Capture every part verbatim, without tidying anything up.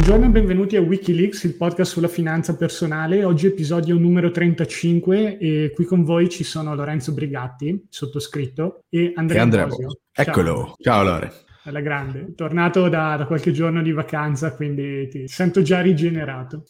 Buongiorno e benvenuti a Wikileaks, il podcast sulla finanza personale. Oggi episodio numero trentacinque e qui con voi ci sono Lorenzo Brigatti, sottoscritto, e Andrea, e Andrea Bosio. Eccolo, ciao, ciao Lore. Alla grande, tornato da, da qualche giorno di vacanza, quindi ti sento già rigenerato.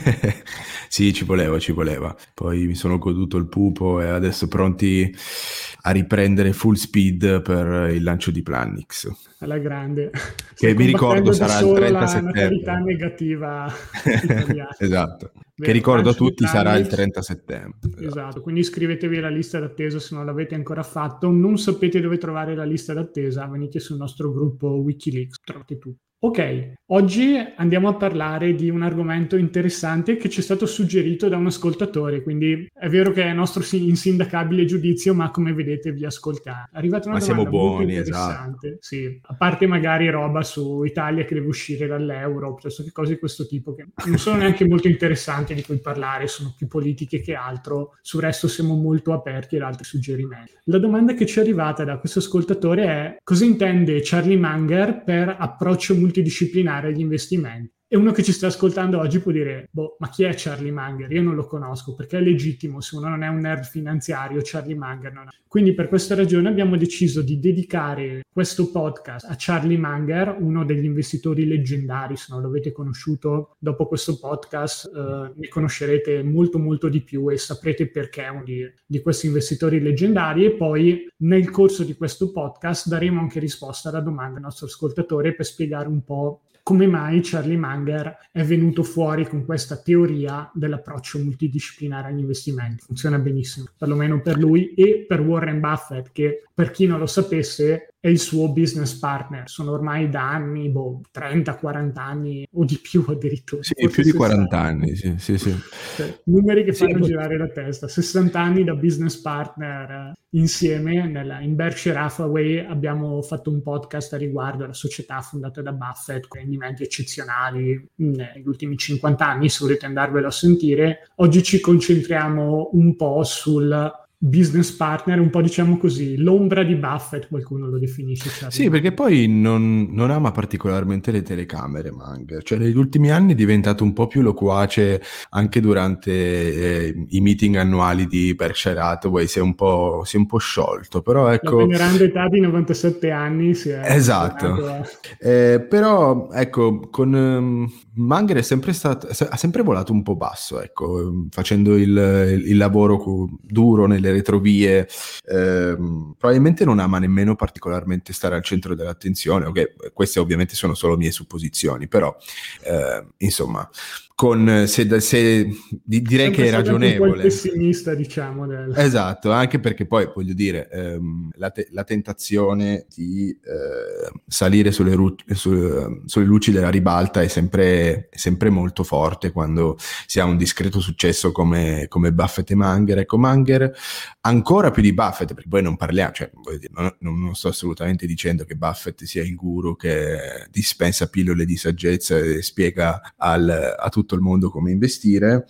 Sì, ci voleva, ci voleva. Poi mi sono goduto il pupo e adesso pronti a riprendere full speed per il lancio di Plannix. Alla grande. Che vi ricordo sarà il trenta la settembre. natalità negativa italiana. Esatto. Vero, che ricordo a tutti Plannix, sarà il trenta settembre. Esatto. esatto, quindi iscrivetevi alla lista d'attesa se non l'avete ancora fatto. Non sapete dove trovare la lista d'attesa, venite sul nostro gruppo Wikileaks, trovate tutto. Ok, oggi andiamo a parlare di un argomento interessante che ci è stato suggerito da un ascoltatore, quindi è vero che è nostro insindacabile giudizio, ma come vedete vi ascoltate. È arrivata una ma domanda siamo buoni, molto interessante, esatto. Sì, a parte magari roba su Italia che deve uscire dall'euro, piuttosto che cose di questo tipo che non sono neanche molto interessanti di cui parlare, sono più politiche che altro, sul resto siamo molto aperti ad altri suggerimenti. La domanda che ci è arrivata da questo ascoltatore è: cosa intende Charlie Munger per approccio multidisciplinare agli investimenti? E uno che ci sta ascoltando oggi può dire: boh, ma chi è Charlie Munger? Io non lo conosco, perché è legittimo, se uno non è un nerd finanziario, Charlie Munger non è. Quindi per questa ragione abbiamo deciso di dedicare questo podcast a Charlie Munger, uno degli investitori leggendari. Se non l'avete conosciuto, dopo questo podcast eh, ne conoscerete molto molto di più e saprete perché è uno di, di questi investitori leggendari. E poi nel corso di questo podcast daremo anche risposta alla domanda del nostro ascoltatore per spiegare un po' come mai Charlie Munger è venuto fuori con questa teoria dell'approccio multidisciplinare agli investimenti. Funziona benissimo, perlomeno per lui e per Warren Buffett, che per chi non lo sapesse è il suo business partner. Sono ormai da anni, boh, trenta quaranta anni o di più addirittura. Sì, più di quaranta anni, sì, sì, sì. Cioè, numeri che sì, fanno poi... girare la testa. sessanta anni da business partner insieme. Nella, in Berkshire Hathaway abbiamo fatto un podcast a riguardo alla società fondata da Buffett, con rendimenti eccezionali negli ultimi cinquanta anni. Se volete andarvelo a sentire, oggi ci concentriamo un po' sul business partner, un po' diciamo così, l'ombra di Buffett, qualcuno lo definisce. Charlie. Sì, perché poi non, non ama particolarmente le telecamere Munger, cioè negli ultimi anni è diventato un po' più loquace anche durante eh, i meeting annuali di Berkshire Hathaway, si è un po', si è un po' sciolto, però ecco... La veneranda età di novantasette anni si è... Esatto, a... eh, però ecco, con um, Munger è sempre stato, ha sempre volato un po' basso, ecco, facendo il, il, il lavoro cu- duro nelle retrovie, eh, probabilmente non ama nemmeno particolarmente stare al centro dell'attenzione, ok, queste ovviamente sono solo mie supposizioni, però eh, insomma, con, se, se direi sempre che è ragionevole. Un po' il pessimista, diciamo. Del... Esatto, anche perché poi voglio dire, ehm, la, te- la tentazione di eh, salire sulle, ru- su- sulle luci della ribalta è sempre, è sempre molto forte quando si ha un discreto successo come, come Buffett e Munger. Ecco, Munger ancora più di Buffett, perché poi non parliamo, cioè, voglio dire, non, non sto assolutamente dicendo che Buffett sia il guru che dispensa pillole di saggezza e spiega al, a tutto il mondo come investire.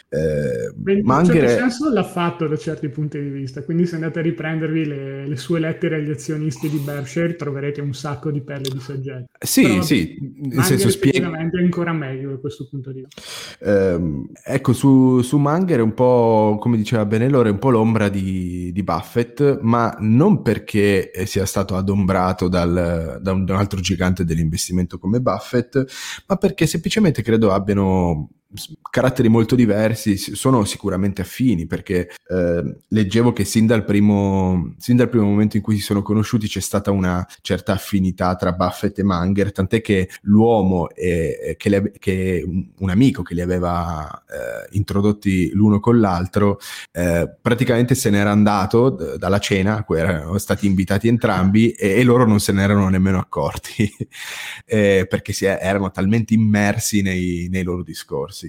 Eh, in un Munger certo è... senso l'ha fatto da certi punti di vista, quindi se andate a riprendervi le, le sue lettere agli azionisti di Berkshire troverete un sacco di perle di saggezza. Sì, Però, sì, nel spiega... senso spiega... è ancora meglio da questo punto di vista. Eh, ecco, su, su Munger è un po', come diceva bene Lore, un po' l'ombra di, di Buffett, ma non perché sia stato adombrato dal, da, un, da un altro gigante dell'investimento come Buffett, ma perché semplicemente credo abbiano caratteri molto diversi, sono sicuramente affini, perché eh, leggevo che sin dal primo sin dal primo momento in cui si sono conosciuti c'è stata una certa affinità tra Buffett e Munger, tant'è che l'uomo eh, che, le, che un amico che li aveva eh, introdotti l'uno con l'altro eh, praticamente se n'era andato d- dalla cena a cui erano stati invitati entrambi e, e loro non se ne erano nemmeno accorti eh, perché si è, erano talmente immersi nei, nei loro discorsi.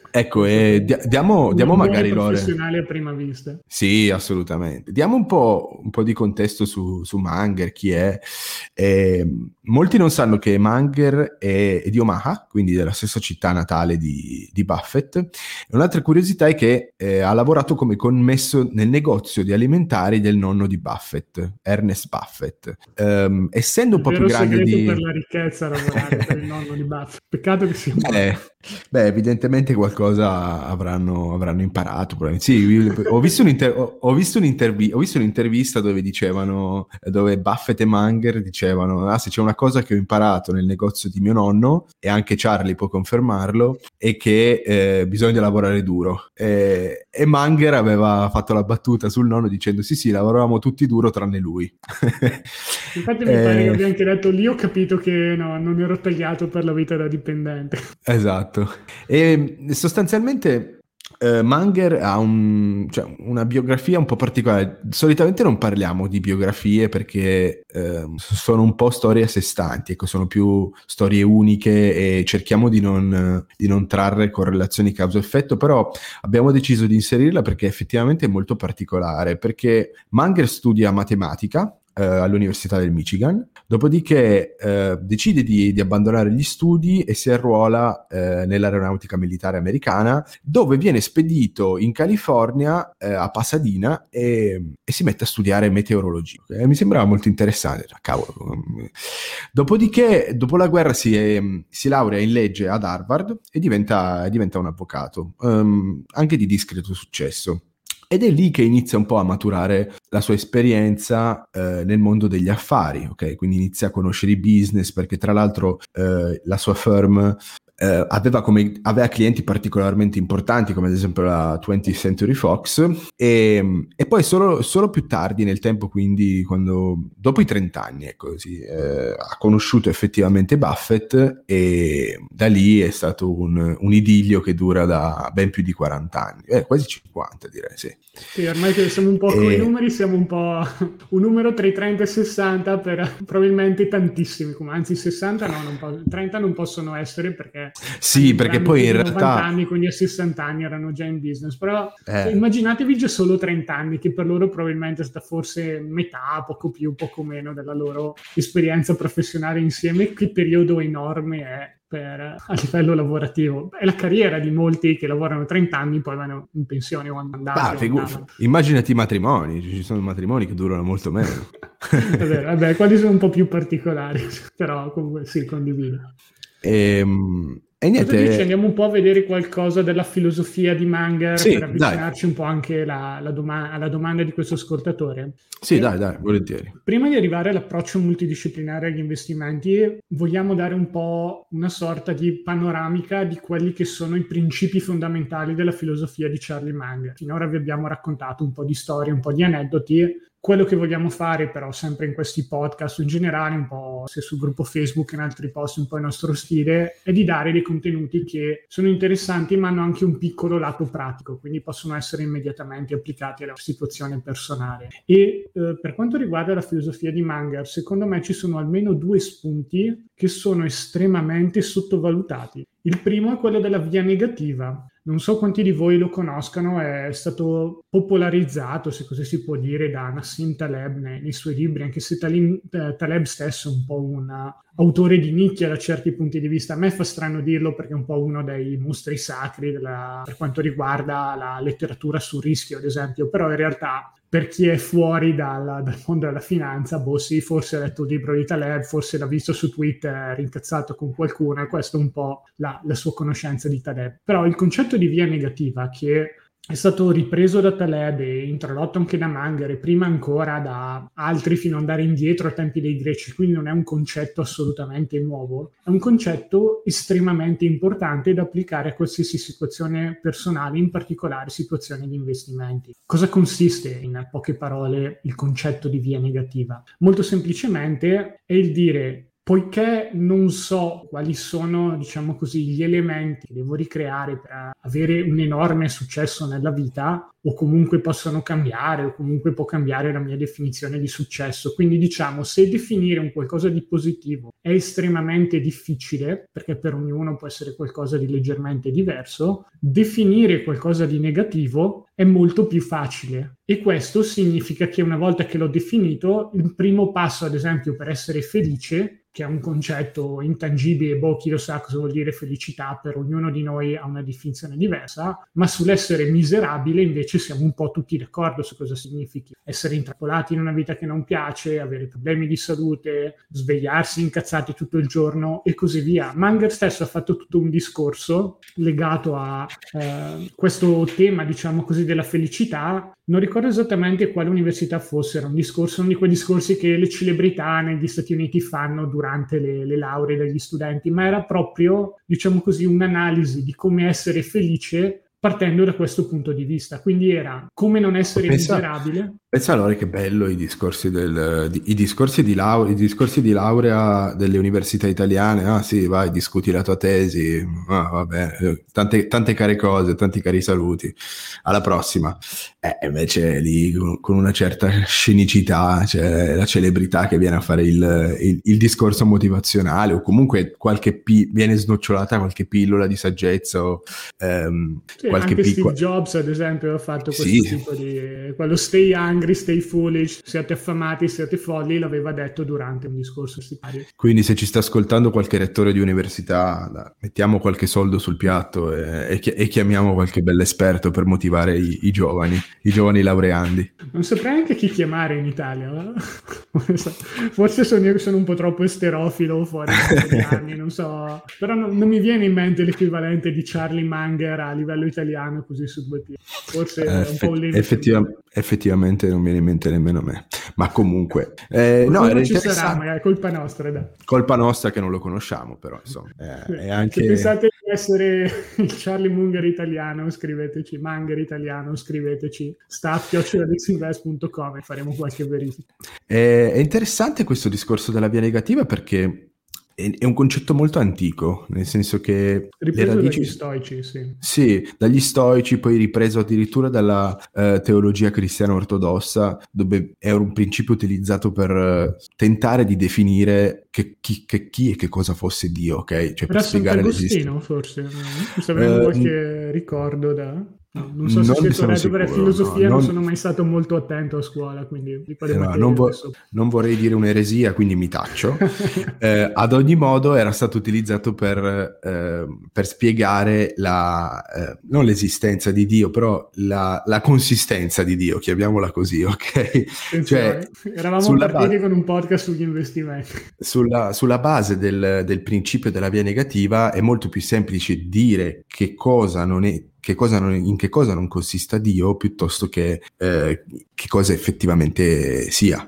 Ecco, e dia- diamo, diamo magari Lore. Professionale a prima vista. Sì, assolutamente. Diamo un po', un po' di contesto su, su Munger, chi è. Eh, molti non sanno che Munger è, è di Omaha, quindi della stessa città natale di, di Buffett. E un'altra curiosità è che eh, ha lavorato come commesso nel negozio di alimentari del nonno di Buffett, Ernest Buffett. Um, essendo un po' più grande di... Il vero segreto per la ricchezza lavorare per il nonno di Buffett. Peccato che sia beh, beh, evidentemente qualcosa avranno, avranno imparato. Sì, ho visto, un'inter- ho, visto un'intervi- ho visto un'intervista dove dicevano, dove Buffett e Munger dicevano: ah, se c'è una cosa che ho imparato nel negozio di mio nonno, e anche Charlie può confermarlo, è che eh, bisogna lavorare duro. E, e Munger aveva fatto la battuta sul nonno dicendo: sì, sì, lavoravamo tutti duro tranne lui. Infatti mi pare che abbia anche detto lì, ho capito che no, non ero tagliato per la vita da dipendente. Esatto. E sostanzialmente Uh, Munger ha un, cioè, una biografia un po' particolare. Solitamente non parliamo di biografie perché uh, sono un po' storie a sé stanti, ecco, sono più storie uniche e cerchiamo di non, di non trarre correlazioni causa-effetto, però abbiamo deciso di inserirla perché effettivamente è molto particolare, perché Munger studia matematica Uh, all'Università del Michigan, dopodiché uh, decide di, di abbandonare gli studi e si arruola uh, nell'aeronautica militare americana, dove viene spedito in California uh, a Pasadena e, e si mette a studiare meteorologia. Eh, mi sembrava molto interessante, cioè, cavolo. Dopodiché, dopo la guerra si, è, si laurea in legge ad Harvard e diventa, diventa un avvocato, um, anche di discreto successo. Ed è lì che inizia un po' a maturare la sua esperienza eh, nel mondo degli affari, ok? Quindi inizia a conoscere i business, perché tra l'altro eh, la sua firm eh, aveva, come, aveva clienti particolarmente importanti, come ad esempio la twentieth Century Fox, e, e poi solo, solo più tardi nel tempo, quindi quando, dopo i trenta anni, ecco, sì, eh, ha conosciuto effettivamente Buffett, e da lì è stato un, un idillio che dura da ben più di quaranta anni, eh, quasi cinquanta direi, sì. Sì, ormai che siamo un po' con i numeri, siamo un po' un numero tra i trenta e i sessanta per probabilmente tantissimi, come anzi sessanta no, non po- trenta non possono essere perché sì, perché poi in realtà novanta anni, quindi a sessanta anni erano già in business, però eh. immaginatevi già solo trenta anni, che per loro probabilmente è stata forse metà, poco più, poco meno della loro esperienza professionale insieme. Che periodo enorme è per, a livello lavorativo. È la carriera di molti che lavorano trenta anni, poi vanno in pensione o andati. Bah, figu- immaginati i matrimoni, ci sono matrimoni che durano molto meno. È vero, vabbè, quelli sono un po' più particolari, però comunque sì, condivido. Ehm... E niente. Cosa dici? Andiamo un po' a vedere qualcosa della filosofia di Munger, sì, per avvicinarci dai. un po' anche la, la doma- alla domanda di questo ascoltatore. Sì, e dai, dai, volentieri. Prima di arrivare all'approccio multidisciplinare agli investimenti, vogliamo dare un po' una sorta di panoramica di quelli che sono i principi fondamentali della filosofia di Charlie Munger. Finora vi abbiamo raccontato un po' di storie, un po' di aneddoti. Quello che vogliamo fare però sempre in questi podcast in generale, un po' sia sul gruppo Facebook che in altri post, un po' il nostro stile, è di dare dei contenuti che sono interessanti ma hanno anche un piccolo lato pratico, quindi possono essere immediatamente applicati alla situazione personale. E eh, per quanto riguarda la filosofia di Munger, secondo me ci sono almeno due spunti che sono estremamente sottovalutati. Il primo è quello della via negativa. Non so quanti di voi lo conoscano, è stato popolarizzato, se così si può dire, da Nassim Taleb nei, nei suoi libri, anche se Talib, eh, Taleb stesso è un po' un uh, autore di nicchia da certi punti di vista. A me fa strano dirlo perché è un po' uno dei mostri sacri della, per quanto riguarda la letteratura sul rischio, ad esempio, però in realtà per chi è fuori dal, dal mondo della finanza, boh sì, forse ha letto il libro di Taleb, forse l'ha visto su Twitter rincazzato con qualcuno, e questo è un po' la, la sua conoscenza di Taleb. Però il concetto di via negativa, che è stato ripreso da Taleb e introdotto anche da Munger e prima ancora da altri fino ad andare indietro ai tempi dei greci, quindi non è un concetto assolutamente nuovo, è un concetto estremamente importante da applicare a qualsiasi situazione personale, in particolare situazioni di investimenti. Cosa consiste, in poche parole, il concetto di via negativa? Molto semplicemente è il dire: poiché non so quali sono, diciamo così, gli elementi che devo ricreare per avere un enorme successo nella vita, o comunque possono cambiare, o comunque può cambiare la mia definizione di successo. Quindi diciamo, se definire un qualcosa di positivo è estremamente difficile, perché per ognuno può essere qualcosa di leggermente diverso, definire qualcosa di negativo è molto più facile. E questo significa che una volta che l'ho definito, il primo passo, ad esempio, per essere felice, che è un concetto intangibile, boh, chi lo sa cosa vuol dire felicità, per ognuno di noi ha una definizione diversa, ma sull'essere miserabile invece siamo un po' tutti d'accordo su cosa significhi. Essere intrappolati in una vita che non piace, avere problemi di salute, svegliarsi incazzati tutto il giorno e così via. Munger stesso ha fatto tutto un discorso legato a eh, questo tema, diciamo così, della felicità. Non ricordo esattamente quale università fosse, era un discorso, uno di quei discorsi che le celebrità negli Stati Uniti fanno durante le, le lauree degli studenti, ma era proprio, diciamo così, un'analisi di come essere felice partendo da questo punto di vista. Quindi era come non essere pensa, miserabile. Pensa allora che bello i discorsi, del, di, i, discorsi di laurea, i discorsi di laurea delle università italiane. Ah sì, vai, discuti la tua tesi. Ah, vabbè, tante, tante care cose, tanti cari saluti. Alla prossima. Eh, invece lì con una certa scenicità c'è la celebrità che viene a fare il, il, il discorso motivazionale, o comunque qualche pi- viene snocciolata qualche pillola di saggezza o ehm, sì, qualche anche picco- Steve Jobs ad esempio ha fatto questo sì. tipo di quello stay hungry, stay foolish, siate affamati, siate folli, l'aveva detto durante un discorso stipario. Quindi se ci sta ascoltando qualche rettore di università, da, mettiamo qualche soldo sul piatto e, e, e chiamiamo qualche bell'esperto per motivare i, i giovani, i giovani laureandi. Non saprei anche chi chiamare in Italia, ma... forse sono io che sono un po' troppo esterofilo fuori dagli anni, non so, però non, non mi viene in mente l'equivalente di Charlie Munger a livello italiano così su due piedi. Forse è un po' un limite. Effettiva- effettivamente non viene in mente nemmeno a me, ma comunque eh, no, era ci interessante. Sarà, magari colpa nostra, dai. Colpa nostra che non lo conosciamo, però insomma è, sì. è anche... Se pensate di essere il Charlie Munger italiano, scriveteci, Munger italiano, scriveteci staff chiocciola dixinvest punto com e faremo qualche verifica. È, è interessante questo discorso della via negativa perché è un concetto molto antico, nel senso che ripreso le radici... dagli stoici, sì. Sì, dagli stoici, poi ripreso addirittura dalla eh, teologia cristiana ortodossa, dove è un principio utilizzato per eh, tentare di definire che chi, che chi e che cosa fosse Dio, ok? Cioè per Era spiegare Sant'Agostino, forse, se avremo uh, qualche ricordo da... No, non so se non sia corretto, per filosofia no, non non sono mai stato molto attento a scuola, quindi di quale no, materia non, vo- adesso... non vorrei dire un'eresia, quindi mi taccio. eh, ad ogni modo era stato utilizzato per, eh, per spiegare la, eh, non l'esistenza di Dio, però la, la consistenza di Dio, chiamiamola così, ok? Cioè, eravamo partiti ba- con un podcast sugli investimenti. Sulla, sulla base del, del principio della via negativa è molto più semplice dire che cosa non è Che cosa non, in che cosa non consista Dio piuttosto che eh, che cosa effettivamente sia.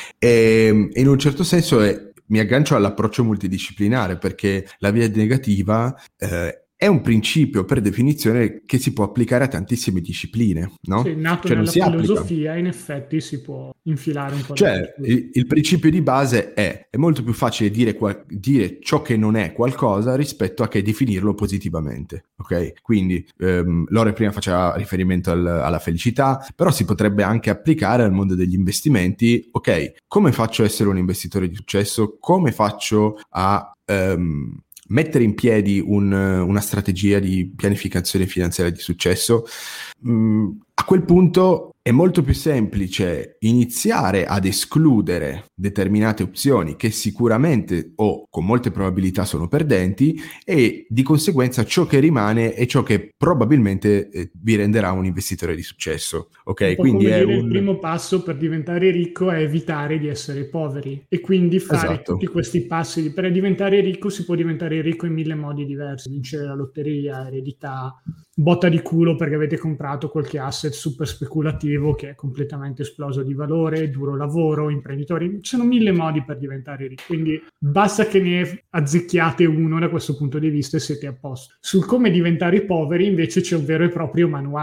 E, in un certo senso è, mi aggancio all'approccio multidisciplinare, perché la via negativa eh, è un principio per definizione che si può applicare a tantissime discipline, no? Sì, nato cioè, nella filosofia, applica. in effetti si può infilare un po'. Cioè, il, il principio di base è, è molto più facile dire, qual, dire ciò che non è qualcosa rispetto a che definirlo positivamente, ok? Quindi, ehm, Lore prima faceva riferimento al, alla felicità, però si potrebbe anche applicare al mondo degli investimenti. Ok, come faccio a essere un investitore di successo? Come faccio a... Um, mettere in piedi un, una strategia di pianificazione finanziaria di successo? Mm, a quel punto è molto più semplice iniziare ad escludere determinate opzioni che sicuramente o con molte probabilità sono perdenti, e di conseguenza ciò che rimane è ciò che probabilmente eh, vi renderà un investitore di successo. Ok, quindi come è dire, un... il primo passo per diventare ricco è evitare di essere poveri, e quindi fare esatto. tutti questi passi. Per diventare ricco si può diventare ricco in mille modi diversi: vincere la lotteria, eredità, botta di culo perché avete comprato qualche asset super speculativo che è completamente esploso di valore, duro lavoro, imprenditori. Ci sono mille modi per diventare ricchi, quindi basta che ne azzecchiate uno da questo punto di vista e siete a posto. Sul come diventare poveri invece c'è un vero e proprio manuale.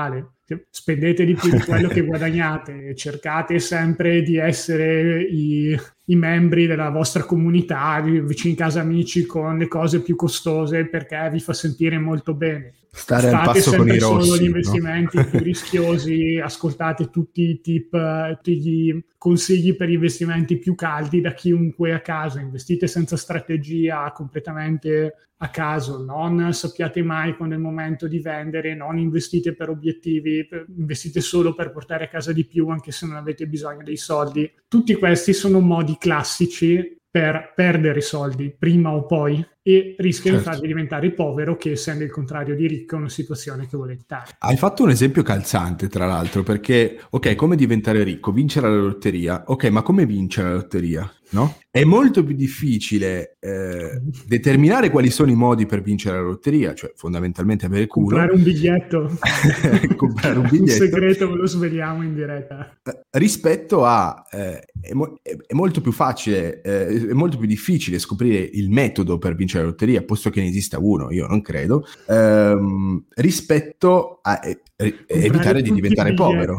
spendete di più di quello che guadagnate, cercate sempre di essere i, i membri della vostra comunità, vicini casa amici, con le cose più costose perché vi fa sentire molto bene. Stare al passo con i rossi, solo gli investimenti no? più rischiosi, ascoltate tutti i tip, tutti gli consigli per gli investimenti più caldi da chiunque a caso, investite senza strategia, completamente a caso, non sappiate mai quando è il momento di vendere, non investite per obiettivi, investite solo per portare a casa di più anche se non avete bisogno dei soldi. Tutti questi sono modi classici per perdere soldi prima o poi e rischiano certo. di farvi diventare povero, che essendo il contrario di ricco è una situazione che volete dare. Hai fatto un esempio calzante, tra l'altro, perché ok, come diventare ricco? Vincere la lotteria. Ok, ma come vincere la lotteria? No? È molto più difficile eh, determinare quali sono i modi per vincere la lotteria, cioè fondamentalmente avere culo. Comprare un biglietto. Comprare un biglietto. Un segreto ve lo sveliamo in diretta. Rispetto a eh, è, mo- è molto più facile, eh, è molto più difficile scoprire il metodo per vincere la lotteria, posto che ne esista uno, io non credo, ehm, rispetto a eh, evitare di diventare povero.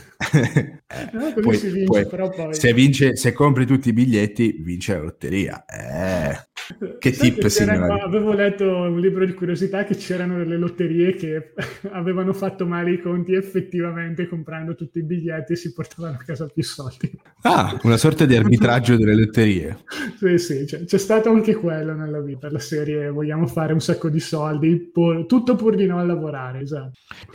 No, poi, si vince, poi, però poi... se vince, se compri tutti i biglietti, vince la lotteria. Eh, che tip, signori. Avevo letto un libro di curiosità che c'erano delle lotterie che avevano fatto male i conti, effettivamente comprando tutti i biglietti si portavano a casa più soldi. Ah, una sorta di arbitraggio delle lotterie. Sì, sì, c'è, c'è stato anche quello nella vita, la serie vogliamo fare un sacco di soldi, pur, tutto pur di non lavorare, esatto.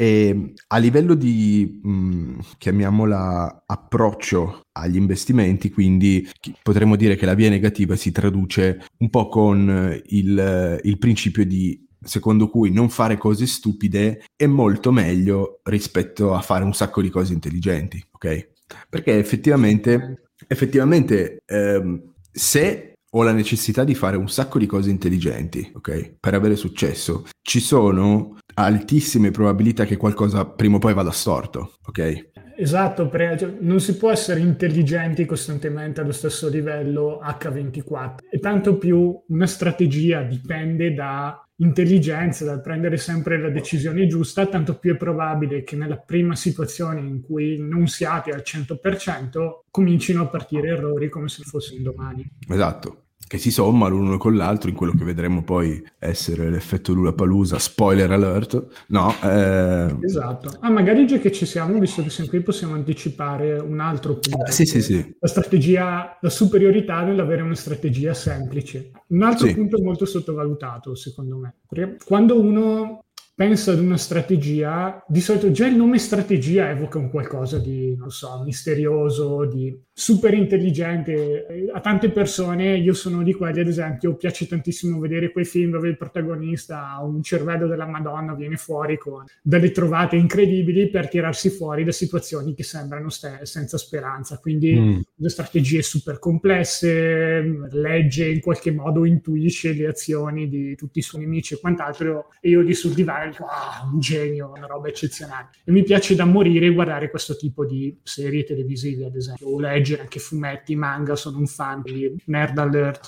E a livello di, mh, chiamiamola, approccio agli investimenti, quindi potremmo dire che la via negativa si traduce un po' con il, il principio di secondo cui non fare cose stupide è molto meglio rispetto a fare un sacco di cose intelligenti, ok? Perché effettivamente, effettivamente ehm, se ho la necessità di fare un sacco di cose intelligenti, ok? Per avere successo, ci sono altissime probabilità che qualcosa prima o poi vada storto, ok? Esatto, cioè, non si può essere intelligenti costantemente allo stesso livello acca ventiquattro e tanto più una strategia dipende da intelligenza, dal prendere sempre la decisione giusta, tanto più è probabile che nella prima situazione in cui non siate al cento per cento comincino a partire errori come se fossero domani. Esatto. Che si somma l'uno con l'altro in quello che vedremo poi essere l'effetto Lollapalooza, spoiler alert, no? Eh... Esatto. Ah, magari già che ci siamo, visto che siamo qui, possiamo anticipare un altro punto. Ah, sì, sì, sì. La strategia, la superiorità nell'avere una strategia semplice. Un altro sì. punto molto sottovalutato, secondo me. Perché quando uno pensa ad una strategia, di solito già il nome strategia evoca un qualcosa di, non so, misterioso, di super intelligente. A tante persone, io sono di quelli, ad esempio, piace tantissimo vedere quei film dove il protagonista ha un cervello della Madonna, viene fuori con delle trovate incredibili per tirarsi fuori da situazioni che sembrano ste- senza speranza. Quindi mm. le strategie super complesse, legge in qualche modo, intuisce le azioni di tutti i suoi nemici e quant'altro, e io di sul divano dico, ah, un genio, una roba eccezionale. E mi piace da morire guardare questo tipo di serie televisive, ad esempio, o leggere anche fumetti, manga, sono un fan di Nerd Alert,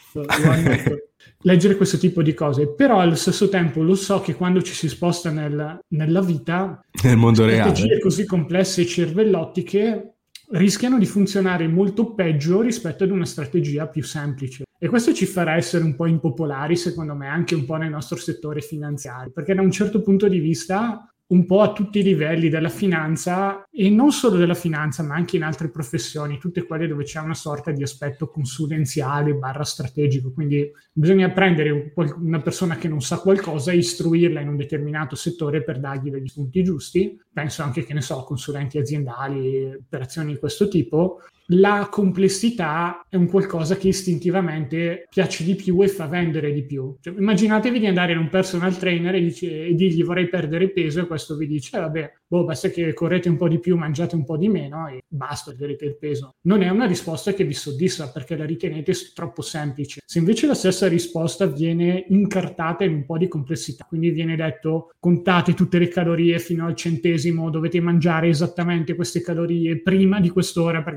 leggere questo tipo di cose, però allo stesso tempo lo so che quando ci si sposta nel, nella vita, nel mondo reale, strategie così complesse e cervellottiche rischiano di funzionare molto peggio rispetto ad una strategia più semplice. E questo ci farà essere un po' impopolari, secondo me, anche un po' nel nostro settore finanziario, perché da un certo punto di vista, un po' a tutti i livelli della finanza, e non solo della finanza, ma anche in altre professioni, tutte quelle dove c'è una sorta di aspetto consulenziale barra strategico. Quindi bisogna prendere una persona che non sa qualcosa e istruirla in un determinato settore per dargli degli spunti giusti. Penso anche, che ne so, consulenti aziendali, operazioni di questo tipo. La complessità è un qualcosa che istintivamente piace di più e fa vendere di più. Cioè, immaginatevi di andare in un personal trainer e, dice, e dirgli vorrei perdere peso, e questo vi dice eh, vabbè, boh, basta che correte un po' di più, mangiate un po' di meno e basta, perderete il peso. Non è una risposta che vi soddisfa perché la ritenete troppo semplice. Se invece la stessa risposta viene incartata in un po' di complessità, quindi viene detto contate tutte le calorie fino al centesimo, dovete mangiare esattamente queste calorie prima di quest'ora perché poi se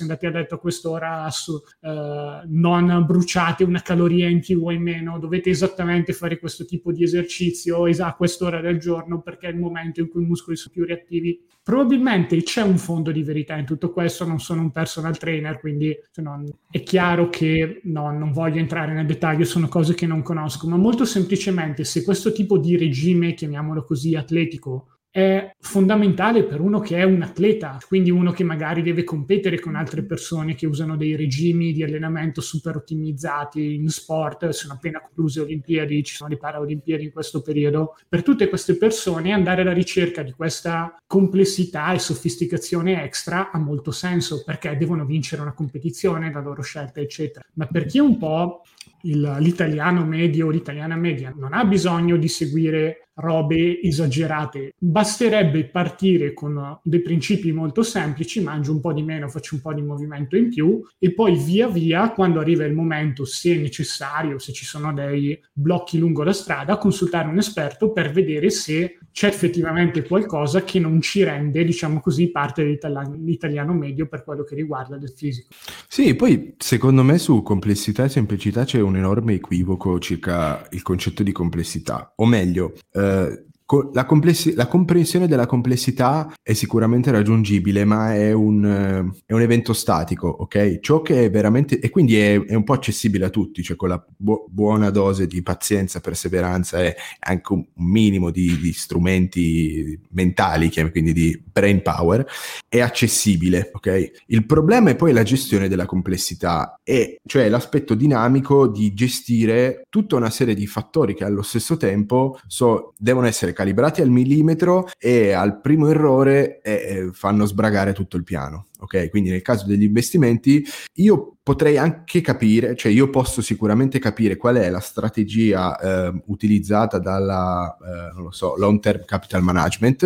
andati a letto a quest'ora, su, eh, non bruciate una caloria in più o in meno, dovete esattamente fare questo tipo di esercizio a quest'ora del giorno perché è il momento in cui i muscoli sono più reattivi. Probabilmente c'è un fondo di verità in tutto questo, non sono un personal trainer, quindi cioè, non, è chiaro che no, non voglio entrare nel dettaglio, sono cose che non conosco, ma molto semplicemente se questo tipo di regime, chiamiamolo così, atletico, è fondamentale per uno che è un atleta, quindi uno che magari deve competere con altre persone che usano dei regimi di allenamento super ottimizzati in sport, sono appena concluse Olimpiadi, ci sono le Paralimpiadi in questo periodo. Per tutte queste persone andare alla ricerca di questa complessità e sofisticazione extra ha molto senso, perché devono vincere una competizione, la loro scelta, eccetera. Ma per chi è un po' il, l'italiano medio o l'italiana media non ha bisogno di seguire robe esagerate, basterebbe partire con dei principi molto semplici, mangio un po' di meno, faccio un po' di movimento in più e poi via via, quando arriva il momento, se è necessario, se ci sono dei blocchi lungo la strada, consultare un esperto per vedere se c'è effettivamente qualcosa che non ci rende, diciamo così, parte dell'italiano medio per quello che riguarda del fisico. Sì, poi secondo me su complessità e semplicità c'è un enorme equivoco circa il concetto di complessità, o meglio, eh, La, complessi- la comprensione della complessità è sicuramente raggiungibile, ma è un, uh, è un evento statico, ok? Ciò che è veramente, e quindi è, è un po' accessibile a tutti, cioè con la bu- buona dose di pazienza, perseveranza e anche un, un minimo di, di strumenti mentali, quindi di brain power, è accessibile, ok? Il problema è poi la gestione della complessità, e cioè l'aspetto dinamico di gestire tutta una serie di fattori che allo stesso tempo so, devono essere calibrati al millimetro e al primo errore eh, fanno sbragare tutto il piano. Ok, quindi nel caso degli investimenti io potrei anche capire, cioè io posso sicuramente capire qual è la strategia eh, utilizzata dalla, eh, non lo so, long term capital management,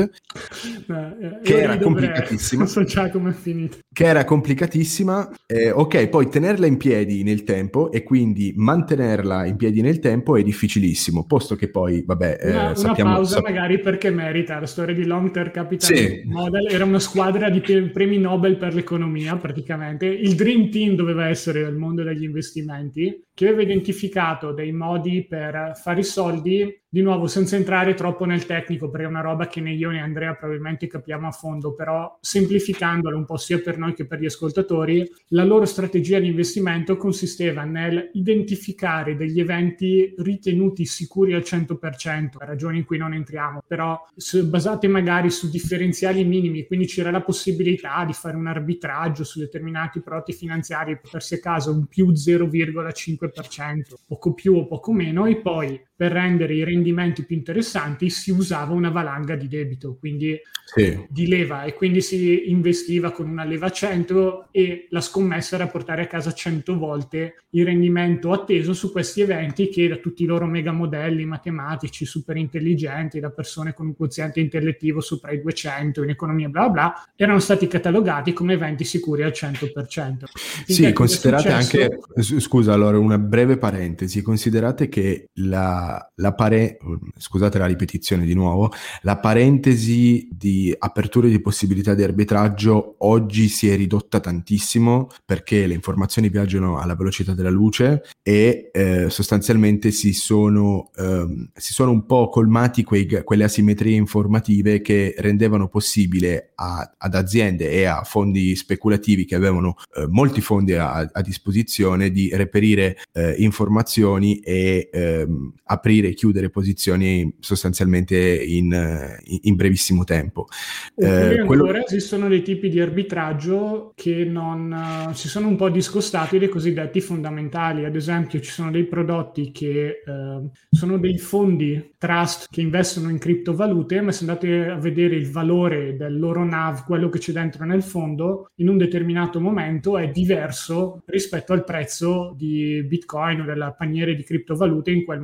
eh, che era complicatissima. So già come è finito. Che era complicatissima, eh, ok, poi tenerla in piedi nel tempo e quindi mantenerla in piedi nel tempo è difficilissimo, posto che poi, vabbè, eh, una, sappiamo... una pausa sap- magari perché merita, la storia di Long Term Capital sì. Model era una squadra di premi Nobel per l'economia praticamente, il Dream Team doveva essere nel mondo degli investimenti, che aveva identificato dei modi per fare i soldi, di nuovo senza entrare troppo nel tecnico perché è una roba che né io né Andrea probabilmente capiamo a fondo, però semplificandolo un po' sia per noi che per gli ascoltatori, la loro strategia di investimento consisteva nel identificare degli eventi ritenuti sicuri al cento per cento, per ragioni in cui non entriamo, però basate magari su differenziali minimi, quindi c'era la possibilità di fare un arbitraggio su determinati prodotti finanziari, portarsi a casa un più zero virgola cinque per cento, poco più o poco meno, e poi per rendere i rendimenti più interessanti si usava una valanga di debito, quindi sì. di leva, e quindi si investiva con una leva cento e la scommessa era portare a casa cento volte il rendimento atteso su questi eventi che da tutti i loro mega modelli matematici super intelligenti, da persone con un quoziente intellettivo sopra i duecento in economia bla bla, erano stati catalogati come eventi sicuri al cento per cento. Sì, considerate anche, scusa allora una breve parentesi, considerate che la La pare- scusate la ripetizione di nuovo, la parentesi di aperture di possibilità di arbitraggio oggi si è ridotta tantissimo perché le informazioni viaggiano alla velocità della luce e eh, sostanzialmente si sono, ehm, si sono un po' colmati quei, quelle asimmetrie informative che rendevano possibile a, ad aziende e a fondi speculativi che avevano eh, molti fondi a, a disposizione di reperire eh, informazioni e ehm, aprire e chiudere posizioni sostanzialmente in, in brevissimo tempo. Oppure eh, quello... ancora esistono dei tipi di arbitraggio che non uh, si sono un po' discostati dai cosiddetti fondamentali. Ad esempio ci sono dei prodotti che uh, sono dei fondi trust che investono in criptovalute, ma se andate a vedere il valore del loro N A V, quello che c'è dentro nel fondo, in un determinato momento è diverso rispetto al prezzo di Bitcoin o della paniere di criptovalute in quel momento.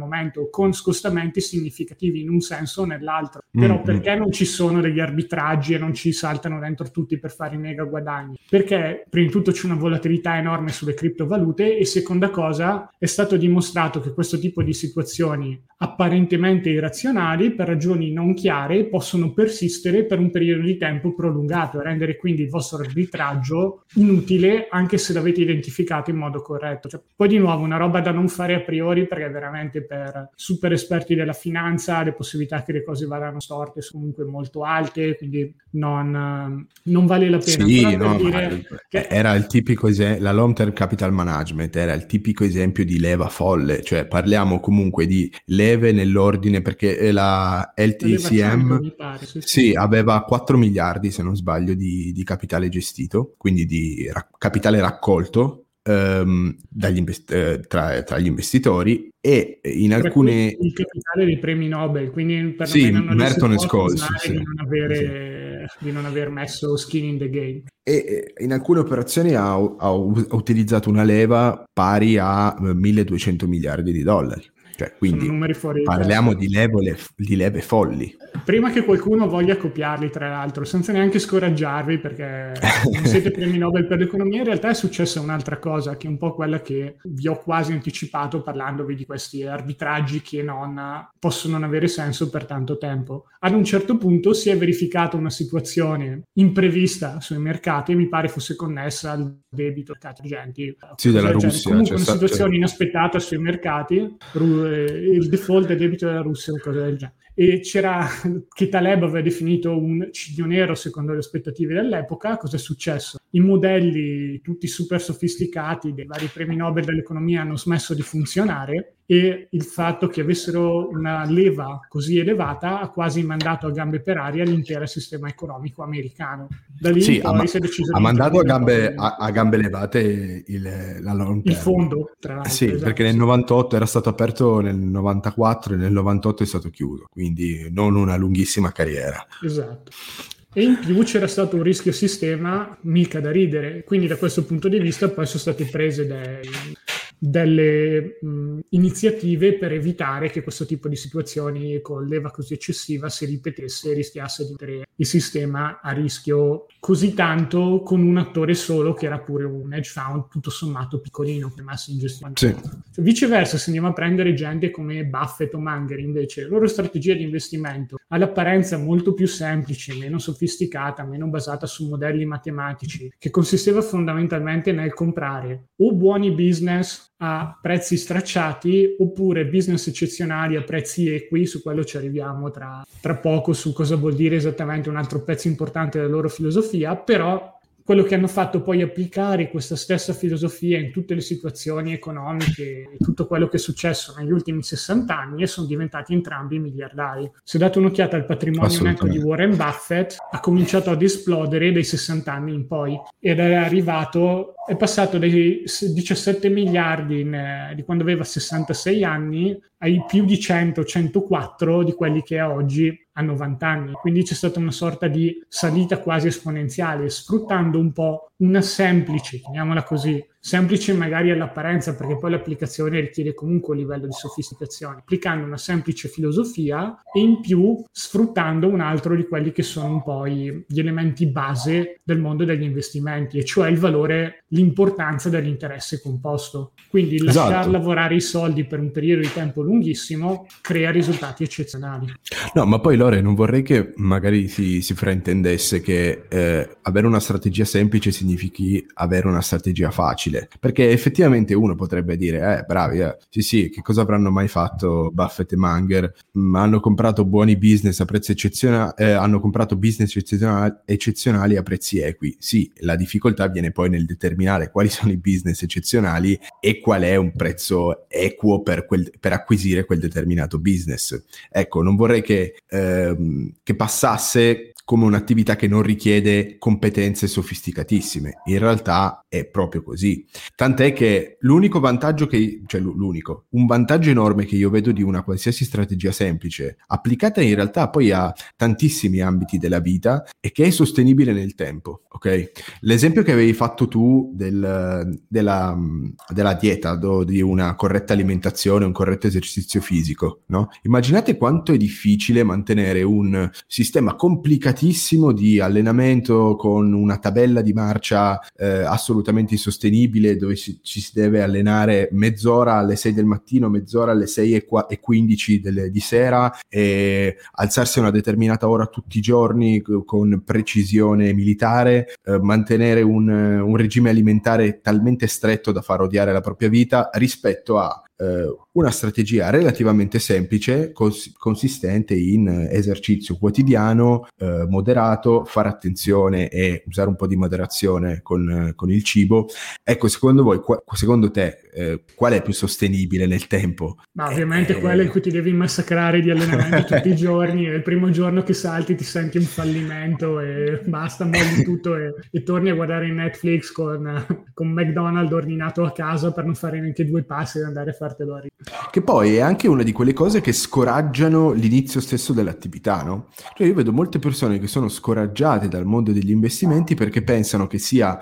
tempo con scostamenti significativi in un senso o nell'altro. Però mm-hmm. perché non ci sono degli arbitraggi e non ci saltano dentro tutti per fare i mega guadagni? Perché prima di tutto c'è una volatilità enorme sulle criptovalute, e seconda cosa, è stato dimostrato che questo tipo di situazioni apparentemente irrazionali, per ragioni non chiare, possono persistere per un periodo di tempo prolungato e rendere quindi il vostro arbitraggio inutile anche se l'avete identificato in modo corretto. Cioè, poi di nuovo una roba da non fare a priori, perché veramente per super esperti della finanza le possibilità che le cose vadano storte sono comunque molto alte, quindi non, non vale la pena. Sì, no, dire che... era il tipico esempio, la long term capital management era il tipico esempio di leva folle, cioè parliamo comunque di leve nell'ordine, perché la L T C M mi pare, sì, sì. Sì, aveva quattro miliardi se non sbaglio di, di capitale gestito, quindi di ra- capitale raccolto ehm, dagli invest- eh, tra, tra gli investitori, e in tra alcune il capitale dei premi Nobel, quindi per sì, non Merton e Scholes, sì, di non avere sì. di non aver messo skin in the game. E in alcune operazioni ha, ha, ha utilizzato una leva pari a milleduecento miliardi di dollari. Cioè, quindi sono numeri fuori parliamo di leve, di leve folli. Prima che qualcuno voglia copiarli, tra l'altro, senza neanche scoraggiarvi, perché non siete premi Nobel per l'economia, in realtà è successa un'altra cosa, che è un po' quella che vi ho quasi anticipato parlandovi di questi arbitraggi che non possono non avere senso per tanto tempo. Ad un certo punto si è verificata una situazione imprevista sui mercati, mi pare fosse connessa al debito agenti. Sì, della Russia. Comunque una situazione c'è... inaspettata sui mercati, il default del debito della Russia o cose del genere. E c'era che Taleb aveva definito un cigno nero secondo le aspettative dell'epoca. Cosa è successo? I modelli tutti super sofisticati dei vari premi Nobel dell'economia hanno smesso di funzionare, e il fatto che avessero una leva così elevata ha quasi mandato a gambe per aria l'intero sistema economico americano. Da lì sì, poi ha, si è deciso ha di mandato a gambe, a, a gambe levate il, la long term. Il fondo, tra l'altro. Sì, esatto, perché nel novantotto era stato aperto, nel novantaquattro e nel novantotto è stato chiuso, quindi non una lunghissima carriera. Esatto. E in più c'era stato un rischio sistema mica da ridere, quindi da questo punto di vista poi sono state prese dei... delle mh, iniziative per evitare che questo tipo di situazioni con leva così eccessiva si ripetesse e rischiasse di mettere il sistema a rischio così tanto con un attore solo, che era pure un hedge fund tutto sommato piccolino che massa in gestione. Sì. Cioè, viceversa, se andiamo a prendere gente come Buffett o Munger, invece la loro strategia di investimento all'apparenza molto più semplice, meno sofisticata, meno basata su modelli matematici, che consisteva fondamentalmente nel comprare o buoni business a prezzi stracciati oppure business eccezionali a prezzi equi. Su quello ci arriviamo tra, tra poco, su cosa vuol dire esattamente un altro pezzo importante della loro filosofia. Però quello che hanno fatto poi applicare questa stessa filosofia in tutte le situazioni economiche e tutto quello che è successo negli ultimi sessanta anni, e sono diventati entrambi miliardari. Se date un'occhiata al patrimonio netto di Warren Buffett, ha cominciato ad esplodere dai sessanta anni in poi, ed è arrivato, è passato dai diciassette miliardi in, di quando aveva sessantasei anni ai più di cento centoquattro di quelli che è oggi a novanta anni. Quindi c'è stata una sorta di salita quasi esponenziale, sfruttando un po' una semplice, chiamiamola così, semplice magari all'apparenza, perché poi l'applicazione richiede comunque un livello di sofisticazione, applicando una semplice filosofia e in più sfruttando un altro di quelli che sono un po' gli elementi base del mondo degli investimenti, e cioè il valore, l'importanza dell'interesse composto. Quindi lasciar esatto. lavorare i soldi per un periodo di tempo lunghissimo crea risultati eccezionali. No, ma poi Lore, non vorrei che magari si, si fraintendesse che eh, avere una strategia semplice significhi avere una strategia facile, perché effettivamente uno potrebbe dire eh bravi, eh, sì sì, che cosa avranno mai fatto Buffett e Munger? Mm, hanno comprato buoni business a prezzi eccezionali, eh, hanno comprato business eccezionali, eccezionali a prezzi equi. Sì, la difficoltà viene poi nel determinare quali sono i business eccezionali e qual è un prezzo equo per, quel, per acquisire quel determinato business. Ecco, non vorrei che, ehm, che passasse come un'attività che non richiede competenze sofisticatissime. In realtà è proprio così. Tant'è che l'unico vantaggio che, cioè l'unico, un vantaggio enorme che io vedo di una qualsiasi strategia semplice, applicata in realtà poi a tantissimi ambiti della vita, è che è sostenibile nel tempo, ok? L'esempio che avevi fatto tu del, della, della dieta, do, di una corretta alimentazione, un corretto esercizio fisico, no? Immaginate quanto è difficile mantenere un sistema complicatissimo di allenamento con una tabella di marcia eh, assolutamente insostenibile, dove ci, ci si deve allenare mezz'ora alle sei del mattino, mezz'ora alle sei e quindici del, di sera, e alzarsi a una determinata ora tutti i giorni con precisione militare, eh, mantenere un, un regime alimentare talmente stretto da far odiare la propria vita, rispetto a Uh, una strategia relativamente semplice, cons- consistente in uh, esercizio quotidiano, uh, moderato, fare attenzione e usare un po' di moderazione con, uh, con il cibo. Ecco, secondo voi, qu- secondo te, uh, qual è più sostenibile nel tempo? Ma ovviamente eh, quello in cui ti devi massacrare di allenamenti tutti i giorni, e il primo giorno che salti ti senti un fallimento e basta, molli tutto e, e torni a guardare Netflix con, con McDonald's ordinato a casa per non fare neanche due passi ed andare a fare. Che poi è anche una di quelle cose che scoraggiano l'inizio stesso dell'attività, no? Cioè io vedo molte persone che sono scoraggiate dal mondo degli investimenti perché pensano che sia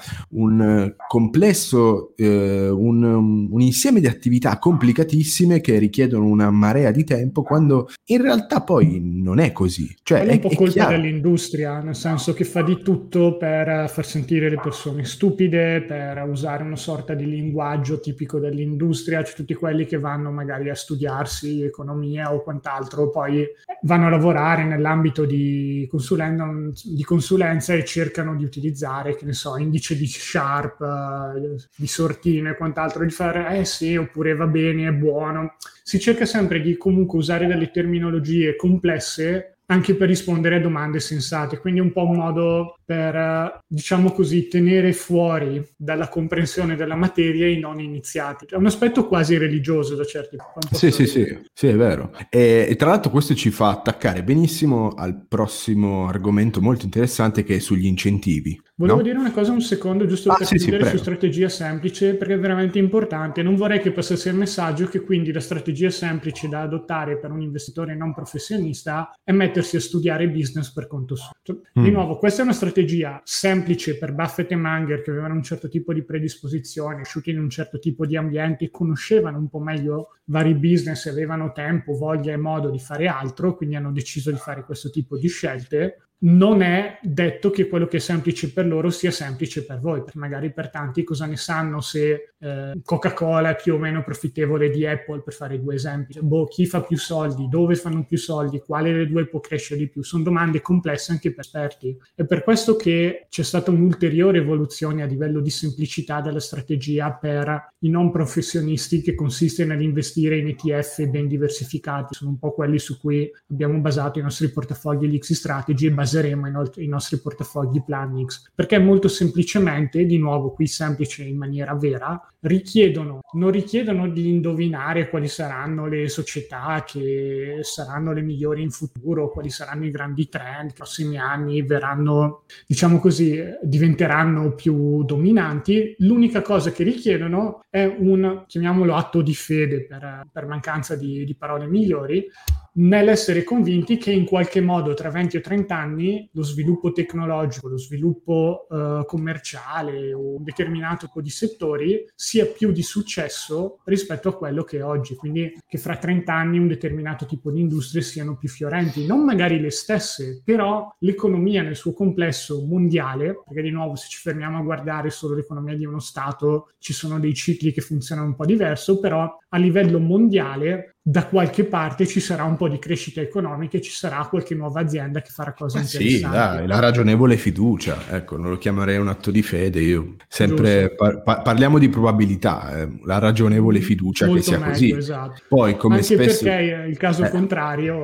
un complesso, eh, un, un insieme di attività complicatissime che richiedono una marea di tempo, quando in realtà poi non è così. Cioè, è un è, po' è colpa chiaro. dell'industria, nel senso che fa di tutto per far sentire le persone stupide, per usare una sorta di linguaggio tipico dell'industria, cioè tutti quelli che vanno magari a studiarsi economia o quant'altro, poi vanno a lavorare nell'ambito di, consulen- di consulenza e cercano di utilizzare, che ne so, indice di Sharp, eh, di Sortino e quant'altro, di fare eh sì, oppure va bene, è buono. Si cerca sempre di comunque usare delle terminologie complesse anche per rispondere a domande sensate, quindi un po' un modo per, diciamo così, tenere fuori dalla comprensione della materia i non iniziati. È un aspetto quasi religioso da certi punti. Sì, sì, sì, sì, è vero. E, e tra l'altro questo ci fa attaccare benissimo al prossimo argomento molto interessante, che è sugli incentivi. Volevo no? dire una cosa un secondo, giusto ah, per sì, chiudere sì, su strategia semplice, perché è veramente importante. Non vorrei che passasse il messaggio che quindi la strategia semplice da adottare per un investitore non professionista è mettersi a studiare business per conto suo. Mm. Di nuovo, questa è una strategia semplice per Buffett e Munger, che avevano un certo tipo di predisposizione, cresciuti in un certo tipo di ambiente, conoscevano un po' meglio vari business, avevano tempo, voglia e modo di fare altro, quindi hanno deciso di fare questo tipo di scelte. Non è detto che quello che è semplice per loro sia semplice per voi, perché magari per tanti cosa ne sanno se eh, Coca-Cola è più o meno profittevole di Apple, per fare due esempi. Boh, chi fa più soldi, dove fanno più soldi, quale delle due può crescere di più? Sono domande complesse anche per esperti. È per questo che c'è stata un'ulteriore evoluzione a livello di semplicità della strategia per i non professionisti, che consiste nell'investire in E T F ben diversificati. Sono un po' quelli su cui abbiamo basato i nostri portafogli L X Strategy e baseremo inoltre i nostri portafogli Plan X, perché molto semplicemente, di nuovo qui semplice in maniera vera, richiedono, non richiedono di indovinare quali saranno le società che saranno le migliori in futuro, quali saranno i grandi trend, i prossimi anni verranno, diciamo così, diventeranno più dominanti. L'unica cosa che richiedono è un, chiamiamolo atto di fede, per, per mancanza di, di parole migliori, nell'essere convinti che in qualche modo tra venti o trenta anni lo sviluppo tecnologico, lo sviluppo eh, commerciale o un determinato tipo di settori sia più di successo rispetto a quello che è oggi, quindi che fra trenta anni un determinato tipo di industrie siano più fiorenti, non magari le stesse, però l'economia nel suo complesso mondiale, perché di nuovo se ci fermiamo a guardare solo l'economia di uno Stato ci sono dei cicli che funzionano un po' diverso, però a livello mondiale da qualche parte ci sarà un po' di crescita economica e ci sarà qualche nuova azienda che farà cose ah, interessanti. Sì, dai, la ragionevole fiducia, ecco, non lo chiamerei un atto di fede, io sempre par- par- parliamo di probabilità, eh, la ragionevole fiducia molto che sia meglio, così. Esatto. Poi come anche spesso... perché il caso eh. contrario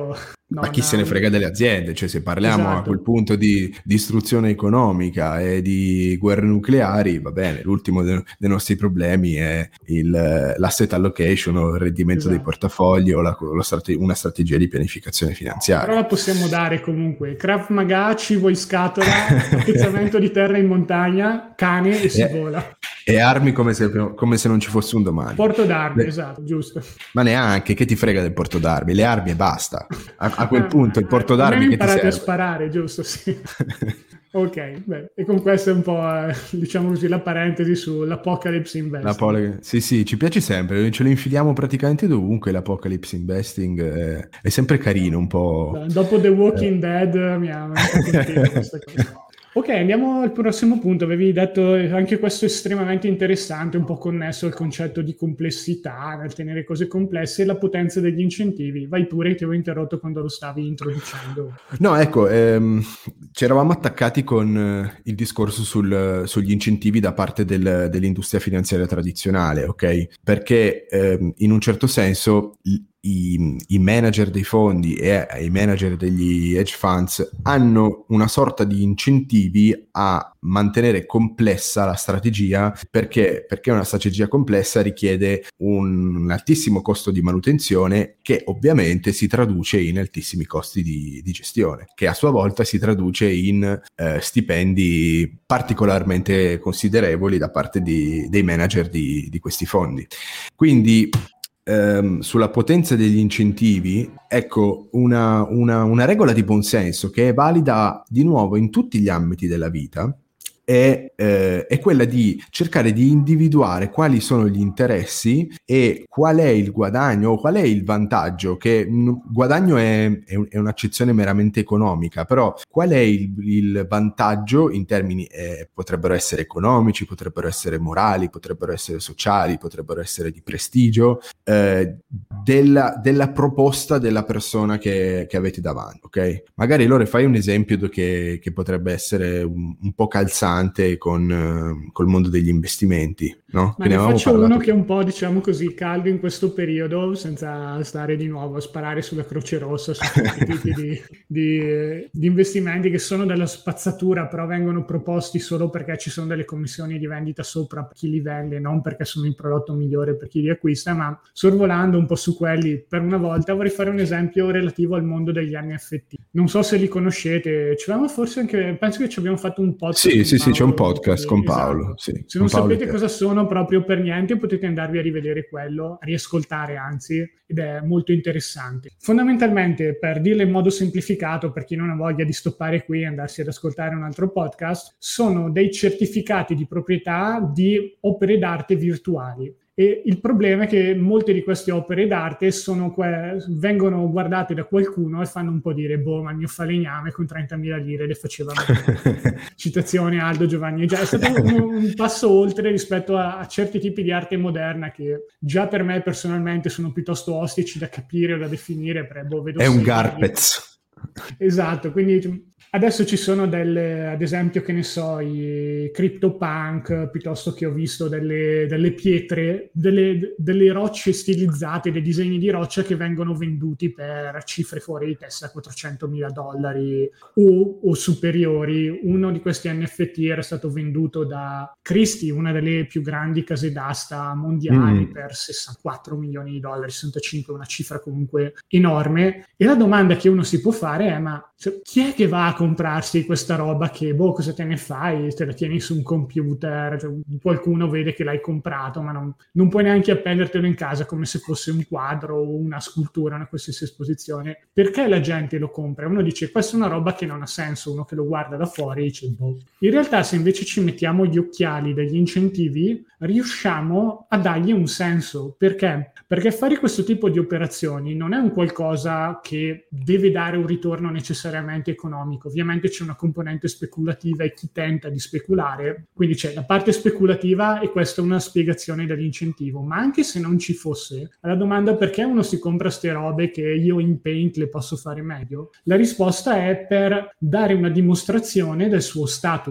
Ma chi se ne frega delle aziende? Cioè, se parliamo esatto. a quel punto di distruzione economica e di guerre nucleari, va bene, l'ultimo de- dei nostri problemi è il, l'asset allocation o il rendimento esatto. dei portafogli o la, la strate- una strategia di pianificazione finanziaria. Però la possiamo dare comunque. Krav Maga, cibo in scatola, appezzamento di terra in montagna, cane e si e, vola. E armi come se, come se non ci fosse un domani. Porto d'armi, Beh, esatto, giusto. Ma neanche, che ti frega del porto d'armi? Le armi e basta. A, a quel punto il porto d'armi che ti serve? Imparate a sparare, giusto, sì. Ok, beh, e con questo è un po', eh, diciamo così, la parentesi sull'Apocalypse Investing. L'Apol- sì, sì, ci piace sempre, ce lo infiliamo praticamente dovunque, l'Apocalypse Investing è, è sempre carino, un po'... Dopo The Walking eh. Dead mi ha un po' colpito questa cosa. Ok, andiamo al prossimo punto. Avevi detto anche questo estremamente interessante, un po' connesso al concetto di complessità, nel tenere cose complesse e la potenza degli incentivi. Vai pure, ti avevo interrotto quando lo stavi introducendo. No, ecco, ehm, ci eravamo attaccati con eh, il discorso sul, sugli incentivi da parte del, dell'industria finanziaria tradizionale, ok? Perché ehm, in un certo senso... I, i manager dei fondi e i manager degli hedge funds hanno una sorta di incentivi a mantenere complessa la strategia perché, perché una strategia complessa richiede un, un altissimo costo di manutenzione che ovviamente si traduce in altissimi costi di, di gestione, che a sua volta si traduce in eh, stipendi particolarmente considerevoli da parte di, dei manager di, di questi fondi. Quindi Um, sulla potenza degli incentivi, ecco una, una, una regola di buonsenso che è valida di nuovo in tutti gli ambiti della vita è, eh, è quella di cercare di individuare quali sono gli interessi e qual è il guadagno o qual è il vantaggio, che mh, guadagno è, è, un, è un'accezione meramente economica, però qual è il, il vantaggio in termini, eh, potrebbero essere economici, potrebbero essere morali, potrebbero essere sociali, potrebbero essere di prestigio, eh, della, della proposta della persona che, che avete davanti, ok? Magari Lore, fai un esempio che, che potrebbe essere un, un po' calzante con uh, col mondo degli investimenti, no? Ma ne, ne faccio parlato. Uno che è un po', diciamo così, caldo in questo periodo, senza stare di nuovo a sparare sulla Croce Rossa su tutti i tipi di, di, di investimenti che sono della spazzatura, però vengono proposti solo perché ci sono delle commissioni di vendita sopra chi li vende, non perché sono il prodotto migliore per chi li acquista. Ma sorvolando un po' su quelli per una volta, vorrei fare un esempio relativo al mondo degli N F T. Non so se li conoscete, ci avevamo forse anche, penso che ci abbiamo fatto un podcast. Sì, sì, sì, c'è un podcast con Paolo. Esatto. Sì, se non Paolo sapete cosa sono proprio per niente, potete andarvi a rivedere quello, a riascoltare anzi, ed è molto interessante. Fondamentalmente, per dirlo in modo semplificato, per chi non ha voglia di stoppare qui e andarsi ad ascoltare un altro podcast, sono dei certificati di proprietà di opere d'arte virtuali. E il problema è che molte di queste opere d'arte sono que- vengono guardate da qualcuno e fanno un po' dire boh, ma il mio falegname con trentamila lire le faceva citazione Aldo Giovanni. Già, è stato un, un passo oltre rispetto a, a certi tipi di arte moderna che già per me personalmente sono piuttosto ostici da capire o da definire, perché boh, vedo è un Garpez. Esatto, quindi adesso ci sono delle, ad esempio, che ne so, i CryptoPunk, piuttosto che ho visto delle, delle pietre, delle, delle rocce stilizzate, dei disegni di roccia che vengono venduti per cifre fuori di testa, quattrocentomila dollari o, o superiori. Uno di questi N F T era stato venduto da Christie, una delle più grandi case d'asta mondiali, mm. per sessantaquattro milioni di dollari, sessantacinque, una cifra comunque enorme. E la domanda che uno si può fare è, ma cioè, chi è che va a comprarsi questa roba che, boh, cosa te ne fai? Te la tieni su un computer, cioè, qualcuno vede che l'hai comprato, ma non, non puoi neanche appendertelo in casa come se fosse un quadro o una scultura, una qualsiasi esposizione. Perché la gente lo compra? Uno dice, questa è una roba che non ha senso, uno che lo guarda da fuori dice, boh. In realtà, se invece ci mettiamo gli occhiali degli incentivi, riusciamo a dargli un senso. Perché? Perché fare questo tipo di operazioni non è un qualcosa che deve dare un ritorno necessariamente economico. Ovviamente c'è una componente speculativa e chi tenta di speculare, quindi c'è la parte speculativa e questa è una spiegazione dell'incentivo. Ma anche se non ci fosse, alla domanda perché uno si compra ste robe che io in Paint le posso fare meglio, la risposta è per dare una dimostrazione del suo status.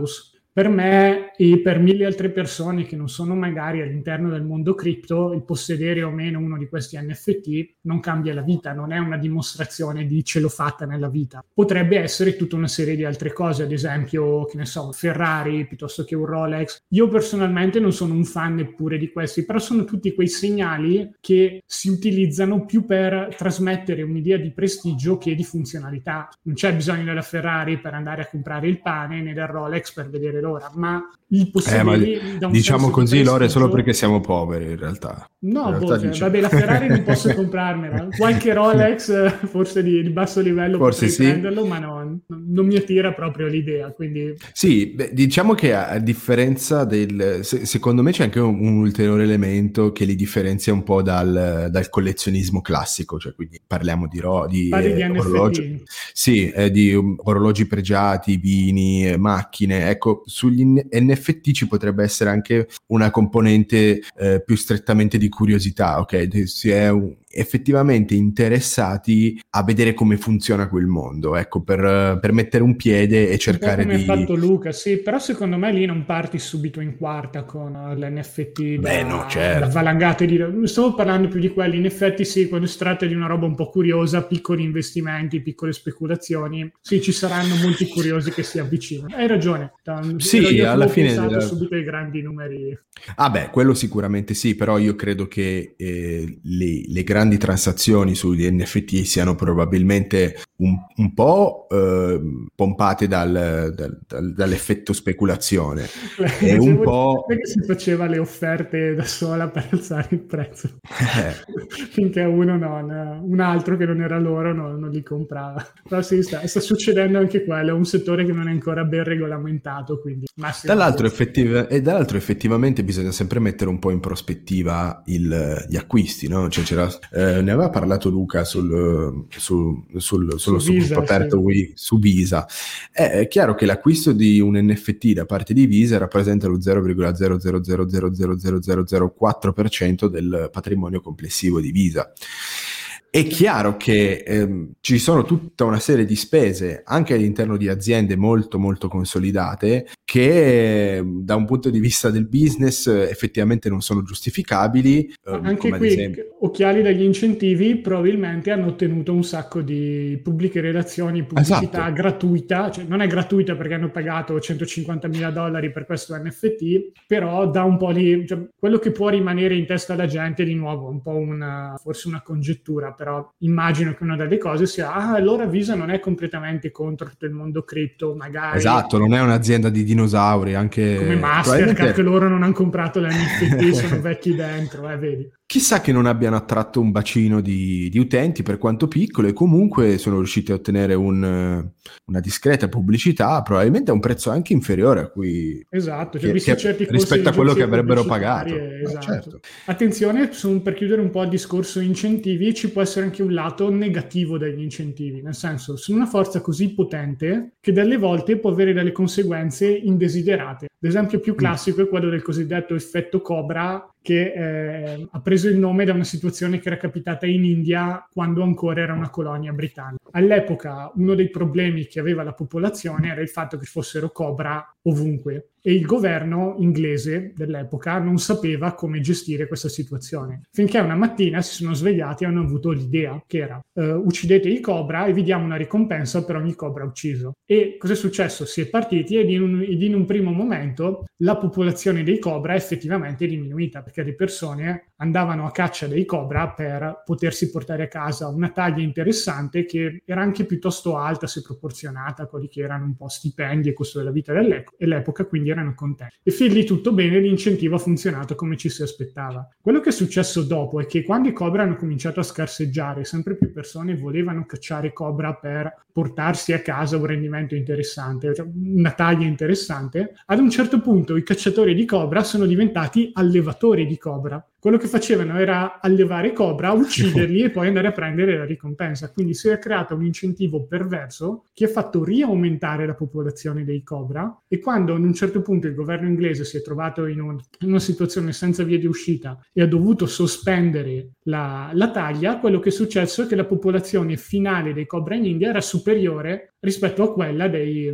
Per me e per mille altre persone che non sono magari all'interno del mondo cripto, il possedere o meno uno di questi N F T non cambia la vita, non è una dimostrazione di ce l'ho fatta nella vita. Potrebbe essere tutta una serie di altre cose, ad esempio, che ne so, Ferrari piuttosto che un Rolex. Io personalmente non sono un fan neppure di questi, però sono tutti quei segnali che si utilizzano più per trasmettere un'idea di prestigio che di funzionalità. Non c'è bisogno della Ferrari per andare a comprare il pane né del Rolex per vedere l'ora, ma il possederli eh, da un diciamo così, di l'ora è solo perché siamo poveri in realtà. No, in realtà boh, cioè, vabbè, la Ferrari non posso comprarmela, qualche Rolex forse di, di basso livello forse potrei sì. prenderlo, ma no, non mi attira proprio l'idea, quindi... Sì, beh, diciamo che a differenza del... Se, secondo me c'è anche un, un ulteriore elemento che li differenzia un po' dal, dal collezionismo classico, cioè quindi parliamo di, ro, di, Parli di eh, N F T. orologi, sì, eh, di um, orologi pregiati, vini, eh, macchine. Ecco, sugli N F T ci potrebbe essere anche una componente eh, più strettamente di curiosità, ok? Si è un, effettivamente interessati a vedere come funziona quel mondo, ecco, per, per mettere un piede e cercare un po' come di... ha fatto Luca, sì, però secondo me lì non parti subito in quarta con l'N F T da, Beh, no, certo. da valangate di... Stavo parlando più di quelli, in effetti sì, quando si tratta di una roba un po' curiosa, piccoli investimenti, piccole speculazioni, sì, ci saranno molti curiosi che si avvicinano. Hai ragione. Sì, io alla fine... Ho pensato della... subito ai grandi numeri. Ah beh, quello sicuramente sì, però io credo che eh, le, le grandi transazioni sugli N F T siano probabilmente un, un po' eh, pompate dal, dal, dal, dall'effetto speculazione e un po'... che si faceva le offerte da sola per alzare il prezzo finché uno non, un altro che non era loro non, non li comprava. Però sì, sta, sta succedendo anche quello, è un settore che non è ancora ben regolamentato, quindi dall'altro, effettiv- e dall'altro effettivamente bisogna sempre mettere un po' in prospettiva il, gli acquisti, no? Cioè c'era, eh, ne aveva parlato Luca sul, sul, sul, sullo su Visa, gruppo aperto sì. Wii, su Visa. È, è chiaro che l'acquisto di un N F T da parte di Visa rappresenta lo zero virgola zero zero zero zero zero zero zero zero quattro per cento del patrimonio complessivo di Visa. È chiaro che ehm, ci sono tutta una serie di spese anche all'interno di aziende molto molto consolidate che eh, da un punto di vista del business effettivamente non sono giustificabili. Ehm, anche come qui, ad esempio... occhiali dagli incentivi probabilmente hanno ottenuto un sacco di pubbliche relazioni, pubblicità esatto. gratuita, cioè non è gratuita perché hanno pagato centocinquantamila dollari per questo N F T, però dà un po' di... Cioè, quello che può rimanere in testa alla gente, di nuovo, un po' una, forse una congettura, però immagino che una delle cose sia ah, allora Visa non è completamente contro tutto il mondo cripto, magari esatto, non è un'azienda di dinosauri, anche come Mastercard, probabilmente... che loro non hanno comprato l'N F T, sono vecchi dentro, eh, vedi. Chissà che non abbiano attratto un bacino di, di utenti, per quanto piccolo, e comunque sono riusciti a ottenere un, una discreta pubblicità, probabilmente a un prezzo anche inferiore a cui... Esatto, cioè, che, visto che, certi rispetto a quello che avrebbero pagato. Esatto. Ah, certo. Attenzione, su, per chiudere un po' il discorso incentivi, ci può essere anche un lato negativo degli incentivi, nel senso, sono una forza così potente che delle volte può avere delle conseguenze indesiderate. L'esempio più classico mm. è quello del cosiddetto effetto Cobra, che eh, ha preso il nome da una situazione che era capitata in India quando ancora era una colonia britannica. All'epoca uno dei problemi che aveva la popolazione era il fatto che fossero cobra ovunque e il governo inglese dell'epoca non sapeva come gestire questa situazione, finché una mattina si sono svegliati e hanno avuto l'idea che era eh, uccidete il cobra e vi diamo una ricompensa per ogni cobra ucciso. E cosa è successo? Si è partiti ed in un, ed in un primo momento la popolazione dei cobra è effettivamente diminuita, perché le persone andavano a caccia dei cobra per potersi portare a casa una taglia interessante che era anche piuttosto alta se proporzionata a quelli che erano un po' stipendi e costo della vita dell'epoca, quindi erano contenti. E fin lì tutto bene, l'incentivo ha funzionato come ci si aspettava. Quello che è successo dopo è che quando i cobra hanno cominciato a scarseggiare, sempre più persone volevano cacciare cobra per portarsi a casa un rendimento interessante, cioè una taglia interessante. Ad un certo punto i cacciatori di cobra sono diventati allevatori di cobra. Quello che facevano era allevare cobra, ucciderli e poi andare a prendere la ricompensa. Quindi si è creato un incentivo perverso che ha fatto riaumentare la popolazione dei cobra, e quando ad un certo punto il governo inglese si è trovato in, un, in una situazione senza via di uscita e ha dovuto sospendere la, la taglia, quello che è successo è che la popolazione finale dei cobra in India era superiore rispetto a quella dei...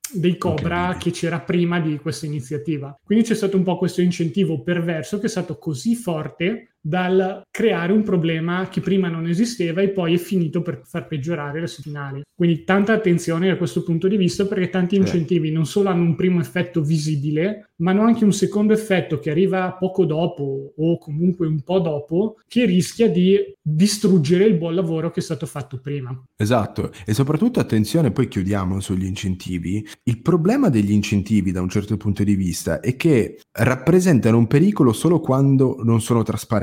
dei Cobra che c'era prima di questa iniziativa. Quindi c'è stato un po' questo incentivo perverso che è stato così forte dal creare un problema che prima non esisteva e poi è finito per far peggiorare la finale. Quindi tanta attenzione da questo punto di vista, perché tanti incentivi non solo hanno un primo effetto visibile, ma hanno anche un secondo effetto che arriva poco dopo o comunque un po' dopo, che rischia di distruggere il buon lavoro che è stato fatto prima. Esatto, e soprattutto attenzione, poi chiudiamo sugli incentivi. Il problema degli incentivi da un certo punto di vista è che rappresentano un pericolo solo quando non sono trasparenti.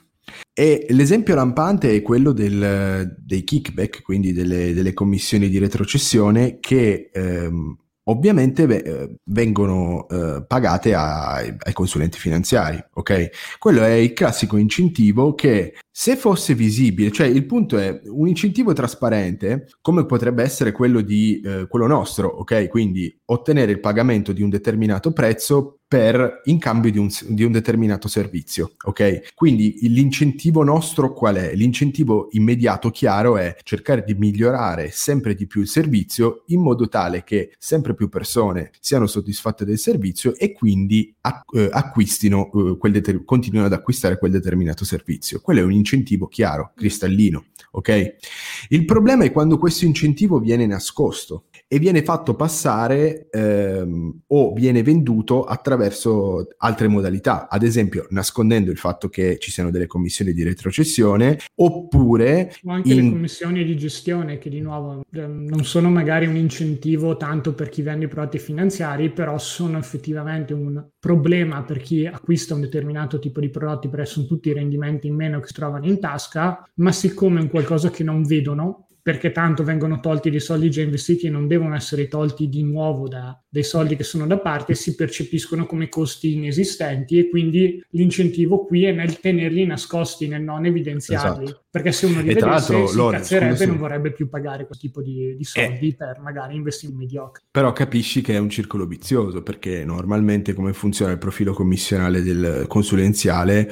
E l'esempio lampante è quello del, dei kickback, quindi delle, delle commissioni di retrocessione che ehm, ovviamente beh, vengono eh, pagate ai, ai consulenti finanziari, ok? Quello è il classico incentivo che, se fosse visibile, cioè il punto è un incentivo trasparente, come potrebbe essere quello di eh, quello nostro, ok? Quindi ottenere il pagamento di un determinato prezzo per in cambio di un, di un determinato servizio, ok? Quindi l'incentivo nostro qual è? L'incentivo immediato, chiaro, è cercare di migliorare sempre di più il servizio in modo tale che sempre più persone siano soddisfatte del servizio e quindi acqu- eh, acquistino eh, quel deter- continuino ad acquistare quel determinato servizio. Quello è un incentivo chiaro, cristallino, ok? Il problema è quando questo incentivo viene nascosto e viene fatto passare ehm, o viene venduto attraverso altre modalità, ad esempio nascondendo il fatto che ci siano delle commissioni di retrocessione, oppure o anche in... le commissioni di gestione, che di nuovo non sono magari un incentivo tanto per chi vende i prodotti finanziari, però sono effettivamente un problema per chi acquista un determinato tipo di prodotti, perché sono tutti i rendimenti in meno che si trovano in tasca, ma siccome è un qualcosa che non vedono, perché tanto vengono tolti dei soldi già investiti e non devono essere tolti di nuovo da dei soldi che sono da parte, si percepiscono come costi inesistenti, e quindi l'incentivo qui è nel tenerli nascosti, nel non evidenziarli. Esatto. Perché se uno li vedesse si incazzerebbe e non vorrebbe più pagare questo tipo di, di soldi eh. per magari investimenti mediocri. Però capisci che è un circolo vizioso, perché normalmente come funziona il profilo commissionale del consulenziale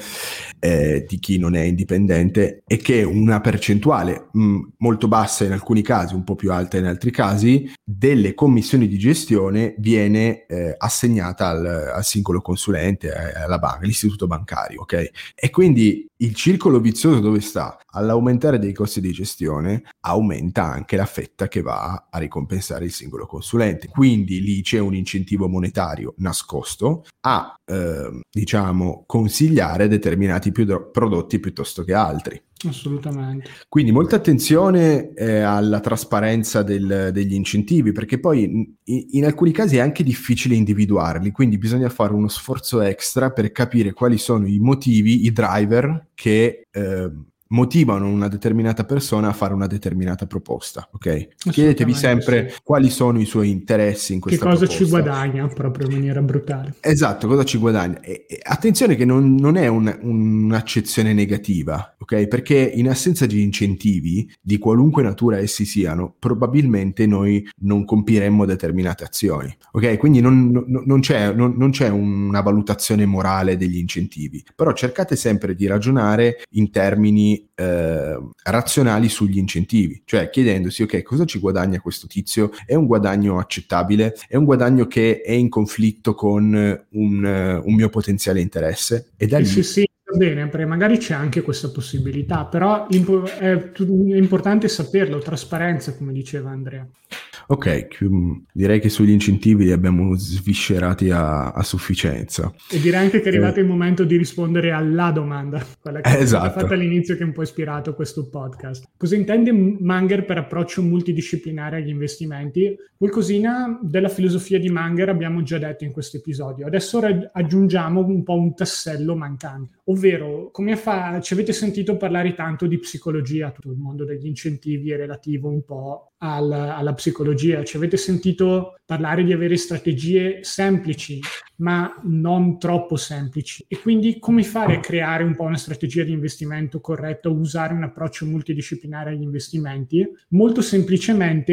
eh, di chi non è indipendente è che una percentuale mh, molto bassa in alcuni casi, un po' più alta in altri casi, delle commissioni di gestione viene eh, assegnata al, al singolo consulente, alla banca, all'istituto bancario, ok? E quindi il circolo vizioso dove sta? All'aumentare dei costi di gestione aumenta anche la fetta che va a ricompensare il singolo consulente, quindi lì c'è un incentivo monetario nascosto a eh, diciamo consigliare determinati più do- prodotti piuttosto che altri. Assolutamente. Quindi molta attenzione eh, alla trasparenza del, degli incentivi, perché poi in, in alcuni casi è anche difficile individuarli, quindi bisogna fare uno sforzo extra per capire quali sono i motivi, i driver che eh, motivano una determinata persona a fare una determinata proposta, ok? Chiedetevi sempre sì. quali sono i suoi interessi in questa proposta. Che cosa proposta. Ci guadagna, proprio in maniera brutale. Esatto, cosa ci guadagna. E, e, attenzione che non, non è un, un'accezione negativa, ok? Perché in assenza di incentivi, di qualunque natura essi siano, probabilmente noi non compiremmo determinate azioni, ok? Quindi non, non, non, c'è, non, non c'è una valutazione morale degli incentivi, però cercate sempre di ragionare in termini Eh, razionali sugli incentivi, cioè chiedendosi ok, cosa ci guadagna questo tizio? È un guadagno accettabile? È un guadagno che è in conflitto con un, un mio potenziale interesse? E da lì... sì, sì, va bene, perché magari c'è anche questa possibilità, però è importante saperlo, trasparenza, come diceva Andrea. Ok, direi che sugli incentivi li abbiamo sviscerati a, a sufficienza. E direi anche che è arrivato eh. il momento di rispondere alla domanda, quella che esatto. è fatta all'inizio, che è un po' ispirato questo podcast. Cosa intende Munger per approccio multidisciplinare agli investimenti? Qualcosina della filosofia di Munger abbiamo già detto in questo episodio. Adesso aggiungiamo un po' un tassello mancante, ovvero come fa, ci avete sentito parlare tanto di psicologia, tutto il mondo degli incentivi è relativo un po' al, alla psicologia. Ci avete sentito parlare di avere strategie semplici, ma non troppo semplici. E quindi come fare a creare un po' una strategia di investimento corretta, usare un approccio multidisciplinare agli investimenti? Molto semplicemente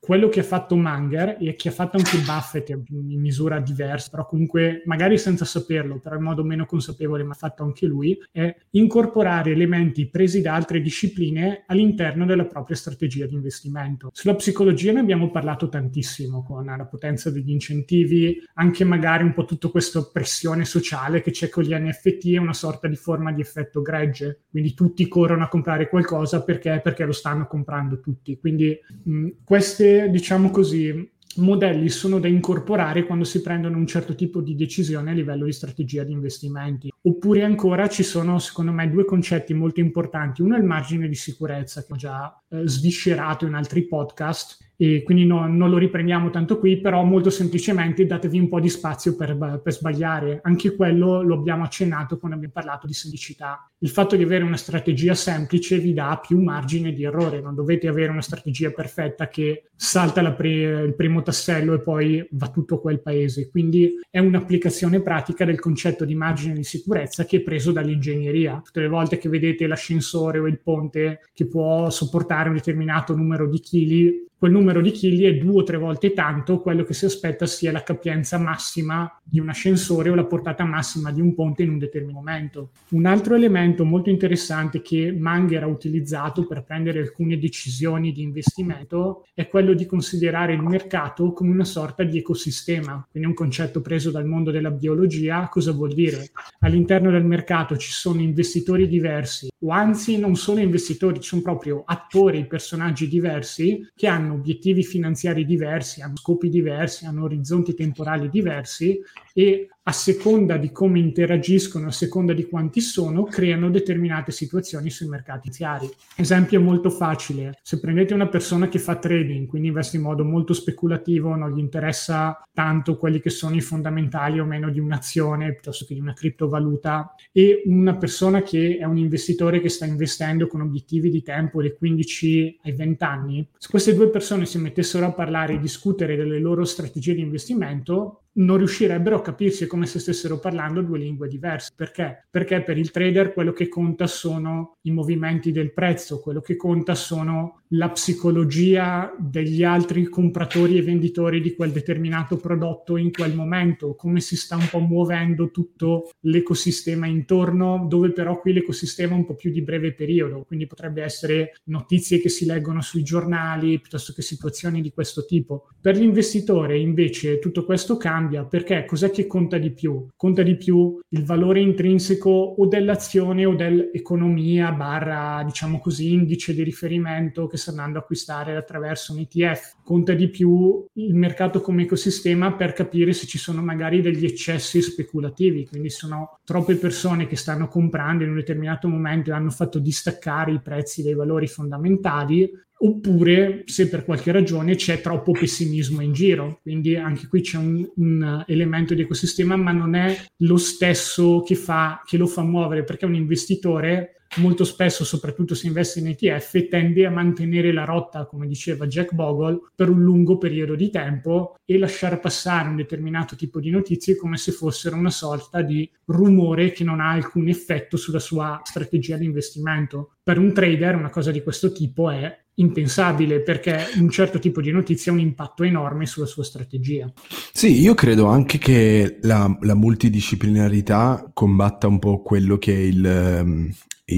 quello che ha fatto Munger e che ha fatto anche Buffett in misura diversa, però comunque magari senza saperlo, però in modo meno consapevole, ma ha fatto anche lui, è incorporare elementi presi da altre discipline all'interno della propria strategia di investimento. Sulla psicologia ne abbiamo parlato tantissimo, con la potenza degli incentivi, anche magari un po' tutta questa pressione sociale che c'è con gli N F T, è una sorta di forma di effetto gregge, quindi tutti corrono a comprare qualcosa perché, perché lo stanno comprando tutti, quindi mh, queste diciamo così, modelli sono da incorporare quando si prendono un certo tipo di decisione a livello di strategia di investimenti. Oppure ancora ci sono, secondo me, due concetti molto importanti. Uno è il margine di sicurezza, che ho già eh, sviscerato in altri podcast, e quindi no, non lo riprendiamo tanto qui, però molto semplicemente datevi un po' di spazio per, per sbagliare. Anche quello lo abbiamo accennato quando abbiamo parlato di semplicità. Il fatto di avere una strategia semplice vi dà più margine di errore, non dovete avere una strategia perfetta che salta la pre- il primo tassello e poi va tutto a quel paese. Quindi è un'applicazione pratica del concetto di margine di sicurezza che è preso dall'ingegneria. Tutte le volte che vedete l'ascensore o il ponte che può sopportare un determinato numero di chili, quel numero di chili è due o tre volte tanto quello che si aspetta sia la capienza massima di un ascensore o la portata massima di un ponte in un determinato momento. Un altro elemento molto interessante che Munger ha utilizzato per prendere alcune decisioni di investimento è quello di considerare il mercato come una sorta di ecosistema, quindi un concetto preso dal mondo della biologia. Cosa vuol dire? All'interno del mercato ci sono investitori diversi, o anzi non sono investitori, ci sono proprio attori, personaggi diversi che hanno obiettivi finanziari diversi, hanno scopi diversi, hanno orizzonti temporali diversi e a seconda di come interagiscono, a seconda di quanti sono, creano determinate situazioni sui mercati finanziari. Esempio molto facile: se prendete una persona che fa trading, quindi investe in modo molto speculativo, non gli interessa tanto quelli che sono i fondamentali o meno di un'azione piuttosto che di una criptovaluta, e una persona che è un investitore che sta investendo con obiettivi di tempo dai quindici ai venti anni, se queste due persone si mettessero a parlare e discutere delle loro strategie di investimento, non riuscirebbero a capirsi, come se stessero parlando due lingue diverse. Perché? Perché per il trader quello che conta sono i movimenti del prezzo, quello che conta sono la psicologia degli altri compratori e venditori di quel determinato prodotto in quel momento, come si sta un po' muovendo tutto l'ecosistema intorno, dove però qui l'ecosistema è un po' più di breve periodo, quindi potrebbe essere notizie che si leggono sui giornali piuttosto che situazioni di questo tipo. Per l'investitore invece tutto questo cambia, perché cos'è che conta di più? Conta di più il valore intrinseco o dell'azione o dell'economia barra, diciamo così, indice di riferimento che sta andando a acquistare attraverso un E T F. Conta di più il mercato come ecosistema per capire se ci sono magari degli eccessi speculativi, quindi sono troppe persone che stanno comprando in un determinato momento e hanno fatto distaccare i prezzi dai valori fondamentali, oppure se per qualche ragione c'è troppo pessimismo in giro. Quindi anche qui c'è un, un elemento di ecosistema, ma non è lo stesso che, fa, che lo fa muovere, perché un investitore molto spesso, soprattutto se investe in E T F, tende a mantenere la rotta, come diceva Jack Bogle, per un lungo periodo di tempo e lasciare passare un determinato tipo di notizie come se fossero una sorta di rumore che non ha alcun effetto sulla sua strategia di investimento. Per un trader una cosa di questo tipo è impensabile, perché un certo tipo di notizia ha un impatto enorme sulla sua strategia. Sì, io credo anche che la, la multidisciplinarità combatta un po' quello che è il,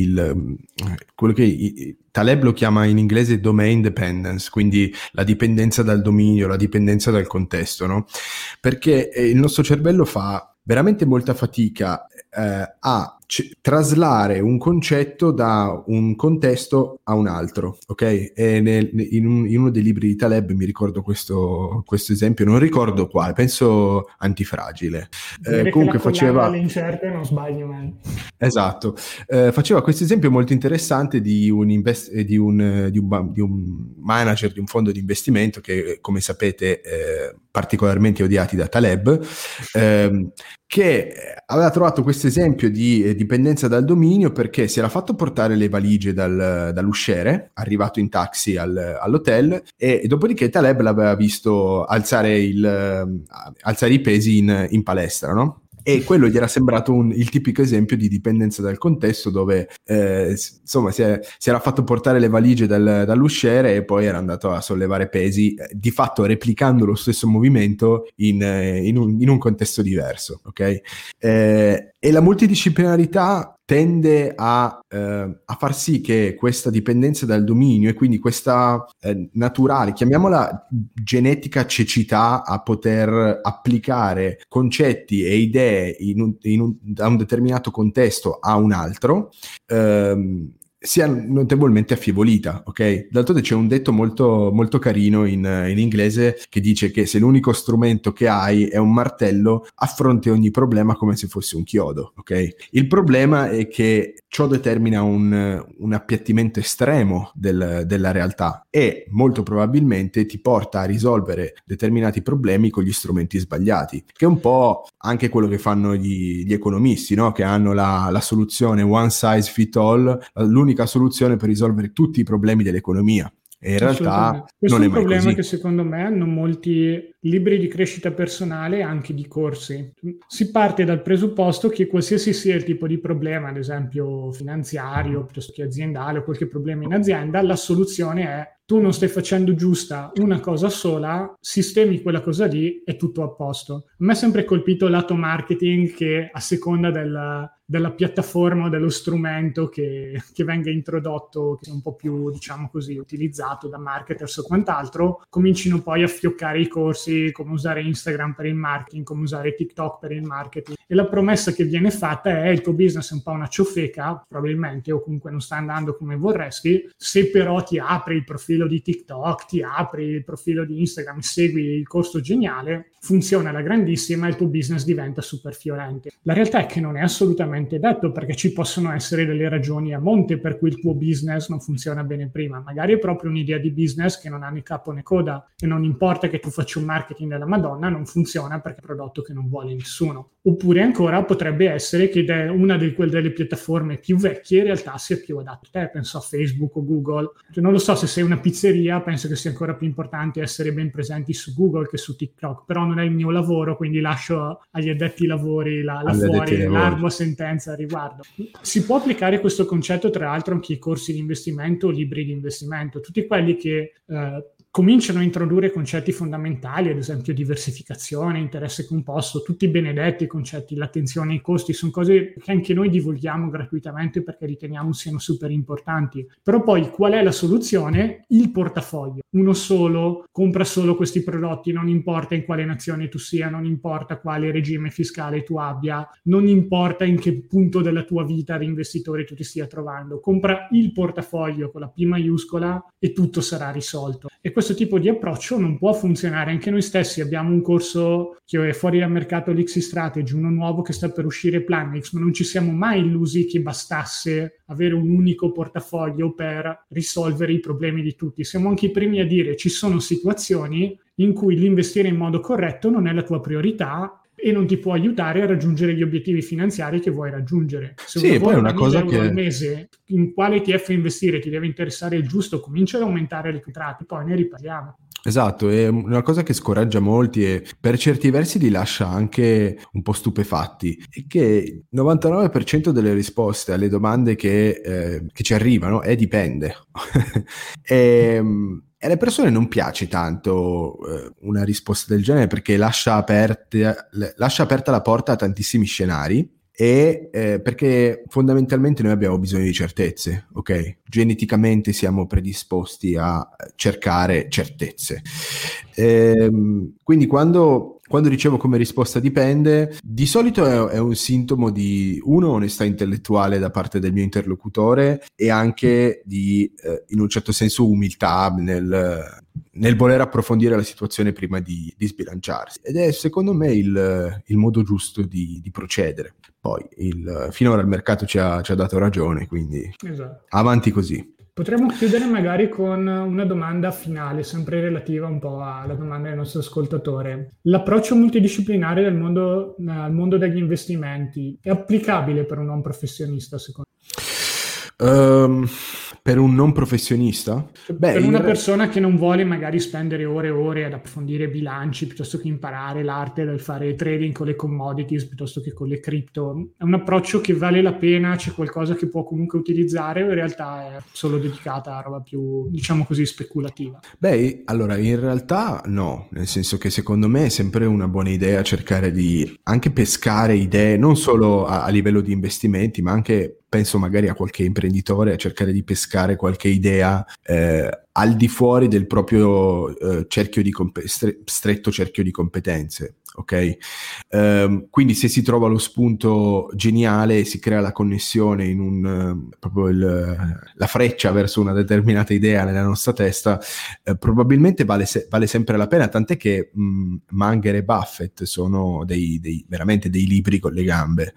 il quello che Taleb lo chiama in inglese domain dependence, quindi la dipendenza dal dominio, la dipendenza dal contesto, no? Perché il nostro cervello fa veramente molta fatica eh, a c- traslare un concetto da un contesto a un altro, ok? E nel, in, un, in uno dei libri di Taleb mi ricordo questo, questo esempio, non ricordo quale, penso Antifragile. Eh, comunque faceva alle incerte, non sbaglio mai. Esatto, eh, faceva questo esempio molto interessante di un, invest- di, un, di, un, di un manager di un fondo di investimento che, come sapete, eh, particolarmente odiati da Taleb, ehm, che aveva trovato questo esempio di eh, dipendenza dal dominio perché si era fatto portare le valigie dal, dall'usciere, arrivato in taxi al, all'hotel, e, e dopodiché Taleb l'aveva visto alzare, il, alzare i pesi in, in palestra, no? E quello gli era sembrato un, il tipico esempio di dipendenza dal contesto, dove eh, insomma si, è, si era fatto portare le valigie dal, dall'usciere e poi era andato a sollevare pesi, eh, di fatto replicando lo stesso movimento in, eh, in, un, in un contesto diverso, ok? Eh, e la multidisciplinarità tende a, eh, a far sì che questa dipendenza dal dominio e quindi questa eh, naturale, chiamiamola genetica cecità a poter applicare concetti e idee in un, in un, da un determinato contesto a un altro, ehm, sia notevolmente affievolita, ok? D'altronde c'è un detto molto, molto carino in, in inglese che dice che se l'unico strumento che hai è un martello, affronti ogni problema come se fosse un chiodo, ok? Il problema è che ciò determina un, un appiattimento estremo del, della realtà e molto probabilmente ti porta a risolvere determinati problemi con gli strumenti sbagliati, che è un po' anche quello che fanno gli, gli economisti, no? Che hanno la, la soluzione one size fit all, l'unica soluzione per risolvere tutti i problemi dell'economia. E in realtà questo non è è un mai problema così. che secondo me hanno molti libri di crescita personale e anche di corsi. Si parte dal presupposto che qualsiasi sia il tipo di problema, ad esempio finanziario piuttosto che aziendale o qualche problema in azienda, la soluzione è: tu non stai facendo giusta una cosa sola, sistemi quella cosa lì e tutto a posto. A me è sempre colpito il lato marketing, che a seconda della, della piattaforma o dello strumento che, che venga introdotto, che è un po' più, diciamo così, utilizzato da marketers o quant'altro, comincino poi a fioccare i corsi, come usare Instagram per il marketing, come usare TikTok per il marketing. E la promessa che viene fatta è: il tuo business è un po' una ciofeca, probabilmente, o comunque non sta andando come vorresti, se però ti apri il profilo di TikTok, ti apri il profilo di Instagram, segui il corso geniale, funziona alla grandissima e il tuo business diventa super fiorente. La realtà è che non è assolutamente detto, perché ci possono essere delle ragioni a monte per cui il tuo business non funziona bene prima. Magari è proprio un'idea di business che non ha né capo né coda, e non importa che tu faccia un marketing della Madonna, non funziona perché è un prodotto che non vuole nessuno. Oppure ancora potrebbe essere che una di quelle delle piattaforme più vecchie in realtà sia più adatta a te, penso a Facebook o Google. Cioè, non lo so, se sei una pizzeria penso che sia ancora più importante essere ben presenti su Google che su TikTok, però non è il mio lavoro, quindi lascio agli addetti ai lavori la, la fuori l'ardua sentenza al riguardo. Si può applicare questo concetto tra l'altro anche ai corsi di investimento o libri di investimento, tutti quelli che eh, cominciano a introdurre concetti fondamentali, ad esempio diversificazione, interesse composto, tutti i benedetti concetti, l'attenzione ai costi, sono cose che anche noi divulghiamo gratuitamente perché riteniamo siano super importanti. Però poi qual è la soluzione? Il portafoglio. Uno solo, compra solo questi prodotti, non importa in quale nazione tu sia, non importa quale regime fiscale tu abbia, non importa in che punto della tua vita di investitore tu ti stia trovando. Compra il portafoglio con la P maiuscola e tutto sarà risolto. E questo tipo di approccio non può funzionare. Anche noi stessi abbiamo un corso che è fuori dal mercato, l'X Strategy, uno nuovo che sta per uscire, Planix, ma non ci siamo mai illusi che bastasse avere un unico portafoglio per risolvere i problemi di tutti. Siamo anche i primi a dire: ci sono situazioni in cui l'investire in modo corretto non è la tua priorità e non ti può aiutare a raggiungere gli obiettivi finanziari che vuoi raggiungere. Se sì, poi è una cosa euro che al mese, in quale E T F investire ti deve interessare il giusto, comincia ad aumentare le entrate, poi ne riparliamo. Esatto, è una cosa che scoraggia molti e per certi versi li lascia anche un po' stupefatti, è che il novantanove per cento delle risposte alle domande che, eh, che ci arrivano è dipende. e, e alle persone non piace tanto eh, una risposta del genere, perché lascia aperta, lascia aperta la porta a tantissimi scenari. E eh, perché fondamentalmente noi abbiamo bisogno di certezze, ok? Geneticamente siamo predisposti a cercare certezze. Ehm, quindi quando, quando ricevo come risposta dipende, di solito è, è un sintomo di, uno, onestà intellettuale da parte del mio interlocutore e anche di, eh, in un certo senso, umiltà nel, nel voler approfondire la situazione prima di, di sbilanciarsi. Ed è secondo me il, il modo giusto di, di procedere. Poi il, finora il mercato ci ha, ci ha dato ragione, quindi esatto. Avanti così. Potremmo chiudere magari con una domanda finale, sempre relativa un po' alla domanda del nostro ascoltatore. L'approccio multidisciplinare del mondo, al mondo degli investimenti è applicabile per un non professionista, secondo me? Um, per un non professionista? Beh, per una persona che non vuole magari spendere ore e ore ad approfondire bilanci piuttosto che imparare l'arte del fare trading con le commodities piuttosto che con le cripto, è un approccio che vale la pena, c'è qualcosa che può comunque utilizzare, o in realtà è solo dedicata a roba più, diciamo così, speculativa? Beh, allora in realtà no, nel senso che secondo me è sempre una buona idea cercare di anche pescare idee non solo a, a livello di investimenti, ma anche penso magari a qualche imprenditore a cercare di pescare qualche idea eh, al di fuori del proprio eh, cerchio di comp- stretto cerchio di competenze, ok? Um, quindi se si trova lo spunto geniale, si crea la connessione in un uh, proprio il, la freccia verso una determinata idea nella nostra testa, uh, probabilmente vale, se- vale sempre la pena, tant'è che mh, Munger e Buffett sono dei, dei veramente dei libri con le gambe.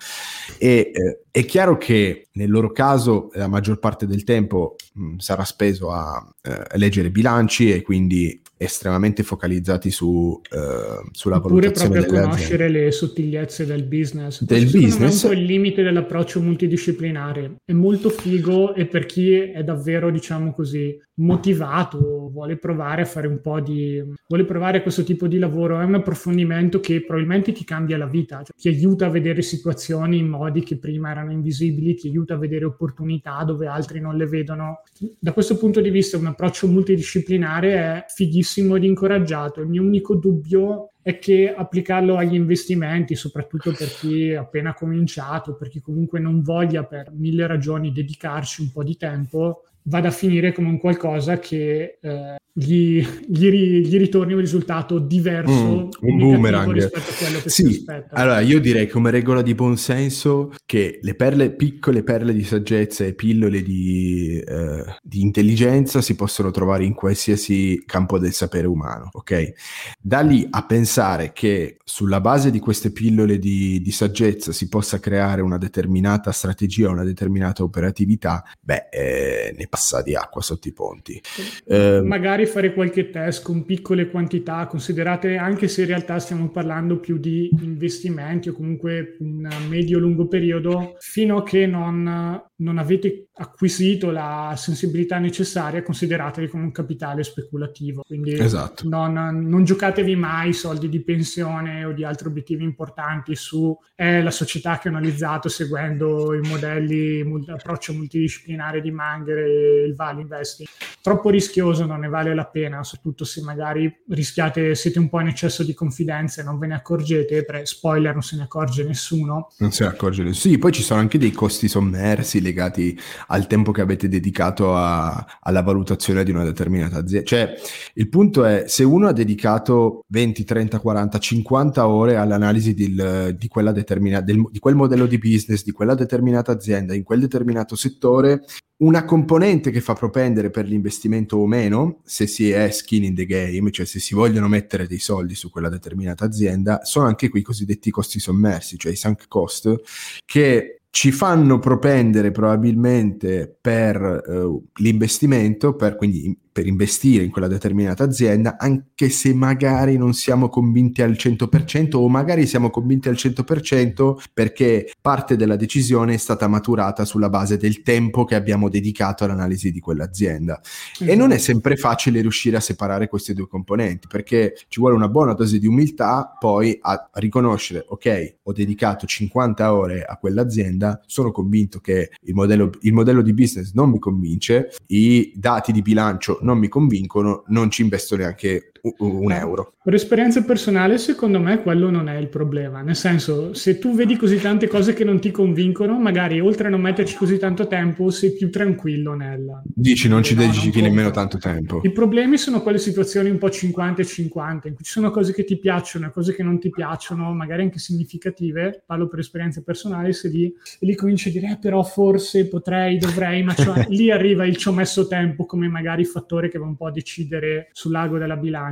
E eh, è chiaro che nel loro caso la maggior parte del tempo mh, sarà speso a eh, leggere bilanci e quindi estremamente focalizzati su, eh, sulla Oppure valutazione proprio a delle conoscere aziende. le sottigliezze del business. Del Questo secondo business. me è un po' il limite dell'approccio multidisciplinare. È molto figo, e per chi è davvero, diciamo così, motivato, vuole provare a fare un po' di... vuole provare questo tipo di lavoro, è un approfondimento che probabilmente ti cambia la vita, cioè, ti aiuta a vedere situazioni in modi che prima erano invisibili, ti aiuta a vedere opportunità dove altri non le vedono. Da questo punto di vista un approccio multidisciplinare è fighissimo ed incoraggiato. Il mio unico dubbio è che applicarlo agli investimenti, soprattutto per chi ha appena cominciato, per chi comunque non voglia per mille ragioni dedicarci un po' di tempo, vada a finire come un qualcosa che eh, gli, gli, gli ritorni un risultato diverso, Mm, un negativo boomerang. rispetto a quello che Sì, si aspetta. allora io direi come regola di buon senso che le perle, piccole perle di saggezza e pillole di, eh, di intelligenza si possono trovare in qualsiasi campo del sapere umano, ok? Da lì a pensare che sulla base di queste pillole di, di saggezza si possa creare una determinata strategia, una determinata operatività, beh, eh, ne passa di acqua sotto i ponti. Eh, magari fare qualche test con piccole quantità, considerate, anche se in realtà stiamo parlando più di investimenti o comunque un medio-lungo periodo, fino a che non, non avete acquisito la sensibilità necessaria, considerateli come un capitale speculativo. Quindi esatto. non, non giocatevi mai soldi di pensione o di altri obiettivi importanti su eh, la società che ho analizzato seguendo i modelli, l'approccio multidisciplinare di Munger e il value investing. Troppo rischioso, non ne vale la pena, soprattutto se magari rischiate, siete un po' in eccesso di confidenza e non ve ne accorgete. Per spoiler, non se ne accorge nessuno. Non se ne accorge nessuno. Sì, poi ci sono anche dei costi sommersi legati al tempo che avete dedicato a, alla valutazione di una determinata azienda. Cioè, il punto è, se uno ha dedicato venti, trenta, quaranta, cinquanta ore all'analisi del, di quella determinata, del, di quel modello di business, di quella determinata azienda, in quel determinato settore, una componente che fa propendere per l'investimento o meno, se si è skin in the game, cioè se si vogliono mettere dei soldi su quella determinata azienda, sono anche quei cosiddetti costi sommersi, cioè i sunk cost, che ci fanno propendere probabilmente per uh, l'investimento, per, quindi per investire in quella determinata azienda, anche se magari non siamo convinti al cento per cento, o magari siamo convinti al cento per cento perché parte della decisione è stata maturata sulla base del tempo che abbiamo dedicato all'analisi di quell'azienda. Esatto. E non è sempre facile riuscire a separare questi due componenti, perché ci vuole una buona dose di umiltà poi a riconoscere, ok, ho dedicato cinquanta ore a quell'azienda, sono convinto che il modello, il modello di business non mi convince, i dati di bilancio non mi convincono, non ci investo neanche un euro. Per esperienza personale, secondo me quello non è il problema, nel senso, se tu vedi così tante cose che non ti convincono, magari oltre a non metterci così tanto tempo sei più tranquillo nel... Dici, non ci no, dedichi non nemmeno tanto tempo. I problemi sono quelle situazioni un po' cinquanta e cinquanta, in cui ci sono cose che ti piacciono e cose che non ti piacciono, magari anche significative, parlo per esperienza personale, se lì, e lì cominci a dire, eh, però forse potrei, dovrei, ma lì arriva il ci ho messo tempo come magari fattore che va un po' a decidere sull'ago della bilancia.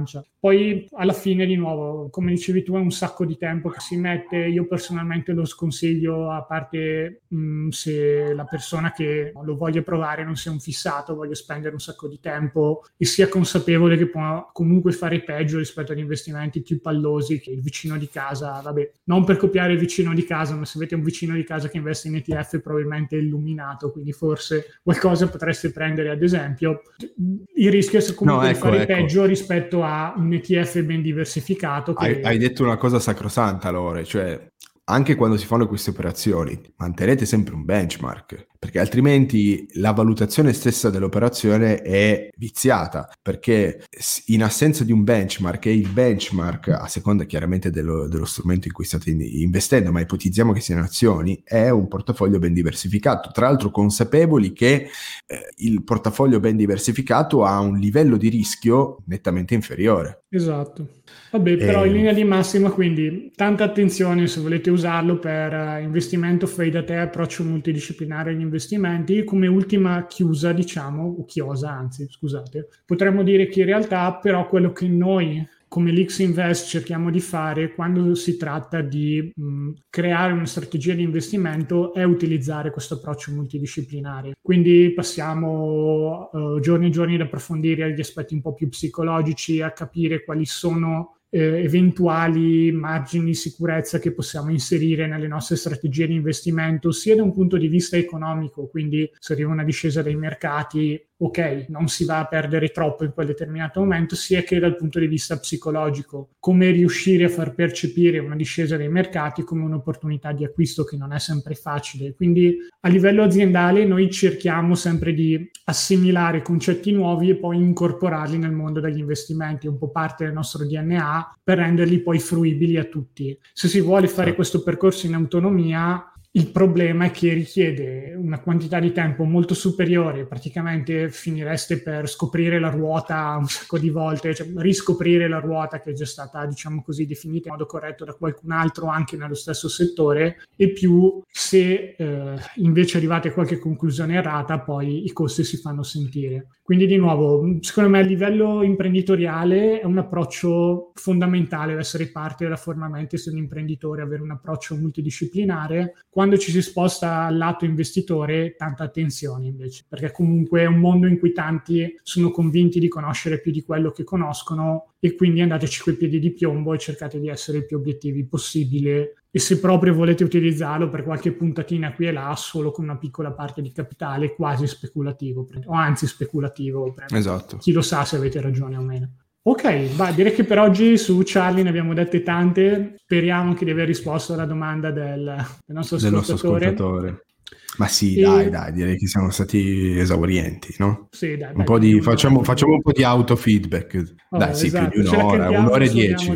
Francia. Poi alla fine, di nuovo, come dicevi tu, è un sacco di tempo che si mette. Io personalmente lo sconsiglio, a parte mh, se la persona che lo voglia provare non sia un fissato, voglia spendere un sacco di tempo e sia consapevole che può comunque fare peggio rispetto agli investimenti più pallosi che il vicino di casa. Vabbè, non per copiare il vicino di casa, ma se avete un vicino di casa che investe in E T F probabilmente è illuminato, quindi forse qualcosa potreste prendere ad esempio. Il rischio è comunque no, ecco, di fare ecco. peggio rispetto a un E T F ben diversificato. Che... Hai, hai detto una cosa sacrosanta, Lore, cioè anche quando si fanno queste operazioni mantenete sempre un benchmark, perché altrimenti la valutazione stessa dell'operazione è viziata, perché in assenza di un benchmark, e il benchmark a seconda chiaramente dello, dello strumento in cui state investendo, ma ipotizziamo che siano azioni, è un portafoglio ben diversificato, tra l'altro consapevoli che eh, il portafoglio ben diversificato ha un livello di rischio nettamente inferiore. Esatto. Vabbè, però e... in linea di massima, quindi tanta attenzione se volete usarlo per uh, investimento fai da te, approccio multidisciplinare agli investimenti. Come ultima chiusa, diciamo, o chiosa, anzi, scusate, potremmo dire che in realtà però quello che noi come Lix Invest cerchiamo di fare quando si tratta di mh, creare una strategia di investimento è utilizzare questo approccio multidisciplinare. Quindi passiamo uh, giorni e giorni ad approfondire gli aspetti un po' più psicologici, a capire quali sono Eh, eventuali margini di sicurezza che possiamo inserire nelle nostre strategie di investimento, sia da un punto di vista economico, quindi se arriva una discesa dei mercati, ok, non si va a perdere troppo in quel determinato momento, sia che dal punto di vista psicologico, come riuscire a far percepire una discesa dei mercati come un'opportunità di acquisto che non è sempre facile. Quindi a livello aziendale noi cerchiamo sempre di assimilare concetti nuovi e poi incorporarli nel mondo degli investimenti, un po' parte del nostro D N A, per renderli poi fruibili a tutti. Se si vuole fare sì. questo percorso in autonomia, il problema è che richiede una quantità di tempo molto superiore, praticamente finireste per scoprire la ruota un sacco di volte, cioè riscoprire la ruota che è già stata, diciamo così, definita in modo corretto da qualcun altro anche nello stesso settore, e più se eh, invece arrivate a qualche conclusione errata, poi i costi si fanno sentire. Quindi di nuovo, secondo me a livello imprenditoriale è un approccio fondamentale essere parte della forma mentis di un imprenditore, avere un approccio multidisciplinare. Quando ci si sposta al lato investitore, tanta attenzione invece, perché comunque è un mondo in cui tanti sono convinti di conoscere più di quello che conoscono, e quindi andateci coi piedi di piombo e cercate di essere il più obiettivi possibile. E se proprio volete utilizzarlo per qualche puntatina qui e là, solo con una piccola parte di capitale, quasi speculativo, o anzi speculativo. Esatto. Chi lo sa se avete ragione o meno. Ok, va, direi che per oggi su Charlie ne abbiamo dette tante. Speriamo anche di aver risposto alla domanda del, del nostro del ascoltatore. Nostro ascoltatore. Ma sì, e... dai, dai, direi che siamo stati esaurienti, no? Sì, dai, un dai, po' di, dai, facciamo, dai, facciamo un po' di autofeedback. Oh, dai, sì, esatto. più di un'ora, un'ora e dieci.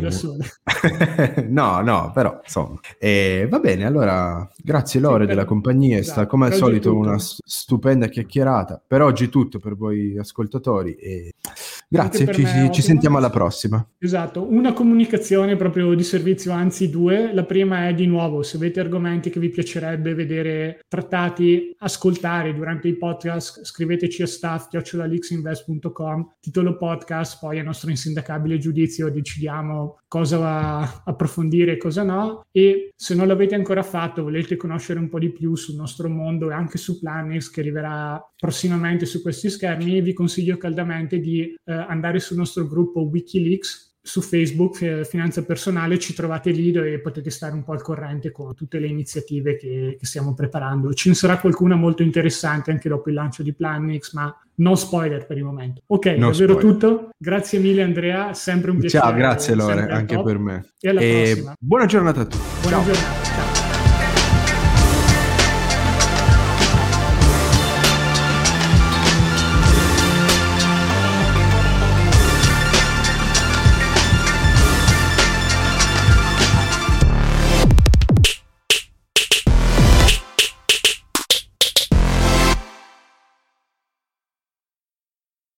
no, no, però, insomma. E, va bene, allora, grazie Lore sì, per... della compagnia, è stata come al solito una stupenda chiacchierata. Per oggi è tutto per voi ascoltatori e grazie, ci, me, ci sentiamo alla prossima. Esatto, una comunicazione proprio di servizio, anzi due. La prima è, di nuovo, se avete argomenti che vi piacerebbe vedere trattati, ascoltare durante i podcast, scriveteci a staff chiocciola lixinvest punto com, titolo podcast, poi a nostro insindacabile giudizio decidiamo cosa approfondire e cosa no. E se non l'avete ancora fatto, volete conoscere un po' di più sul nostro mondo e anche su Plannix, che arriverà prossimamente su questi schermi, vi consiglio caldamente di eh, andare sul nostro gruppo Wikileaks su Facebook, eh, Finanza Personale, ci trovate lì e potete stare un po' al corrente con tutte le iniziative che, che stiamo preparando. Ce ne sarà qualcuna molto interessante anche dopo il lancio di Plannix, ma no spoiler per il momento. Ok, no davvero spoiler. Tutto. Grazie mille Andrea, sempre un piacere. Ciao, grazie Lore, anche top. Per me. E alla e prossima. Buona giornata a tutti. Buona Ciao. giornata, ciao.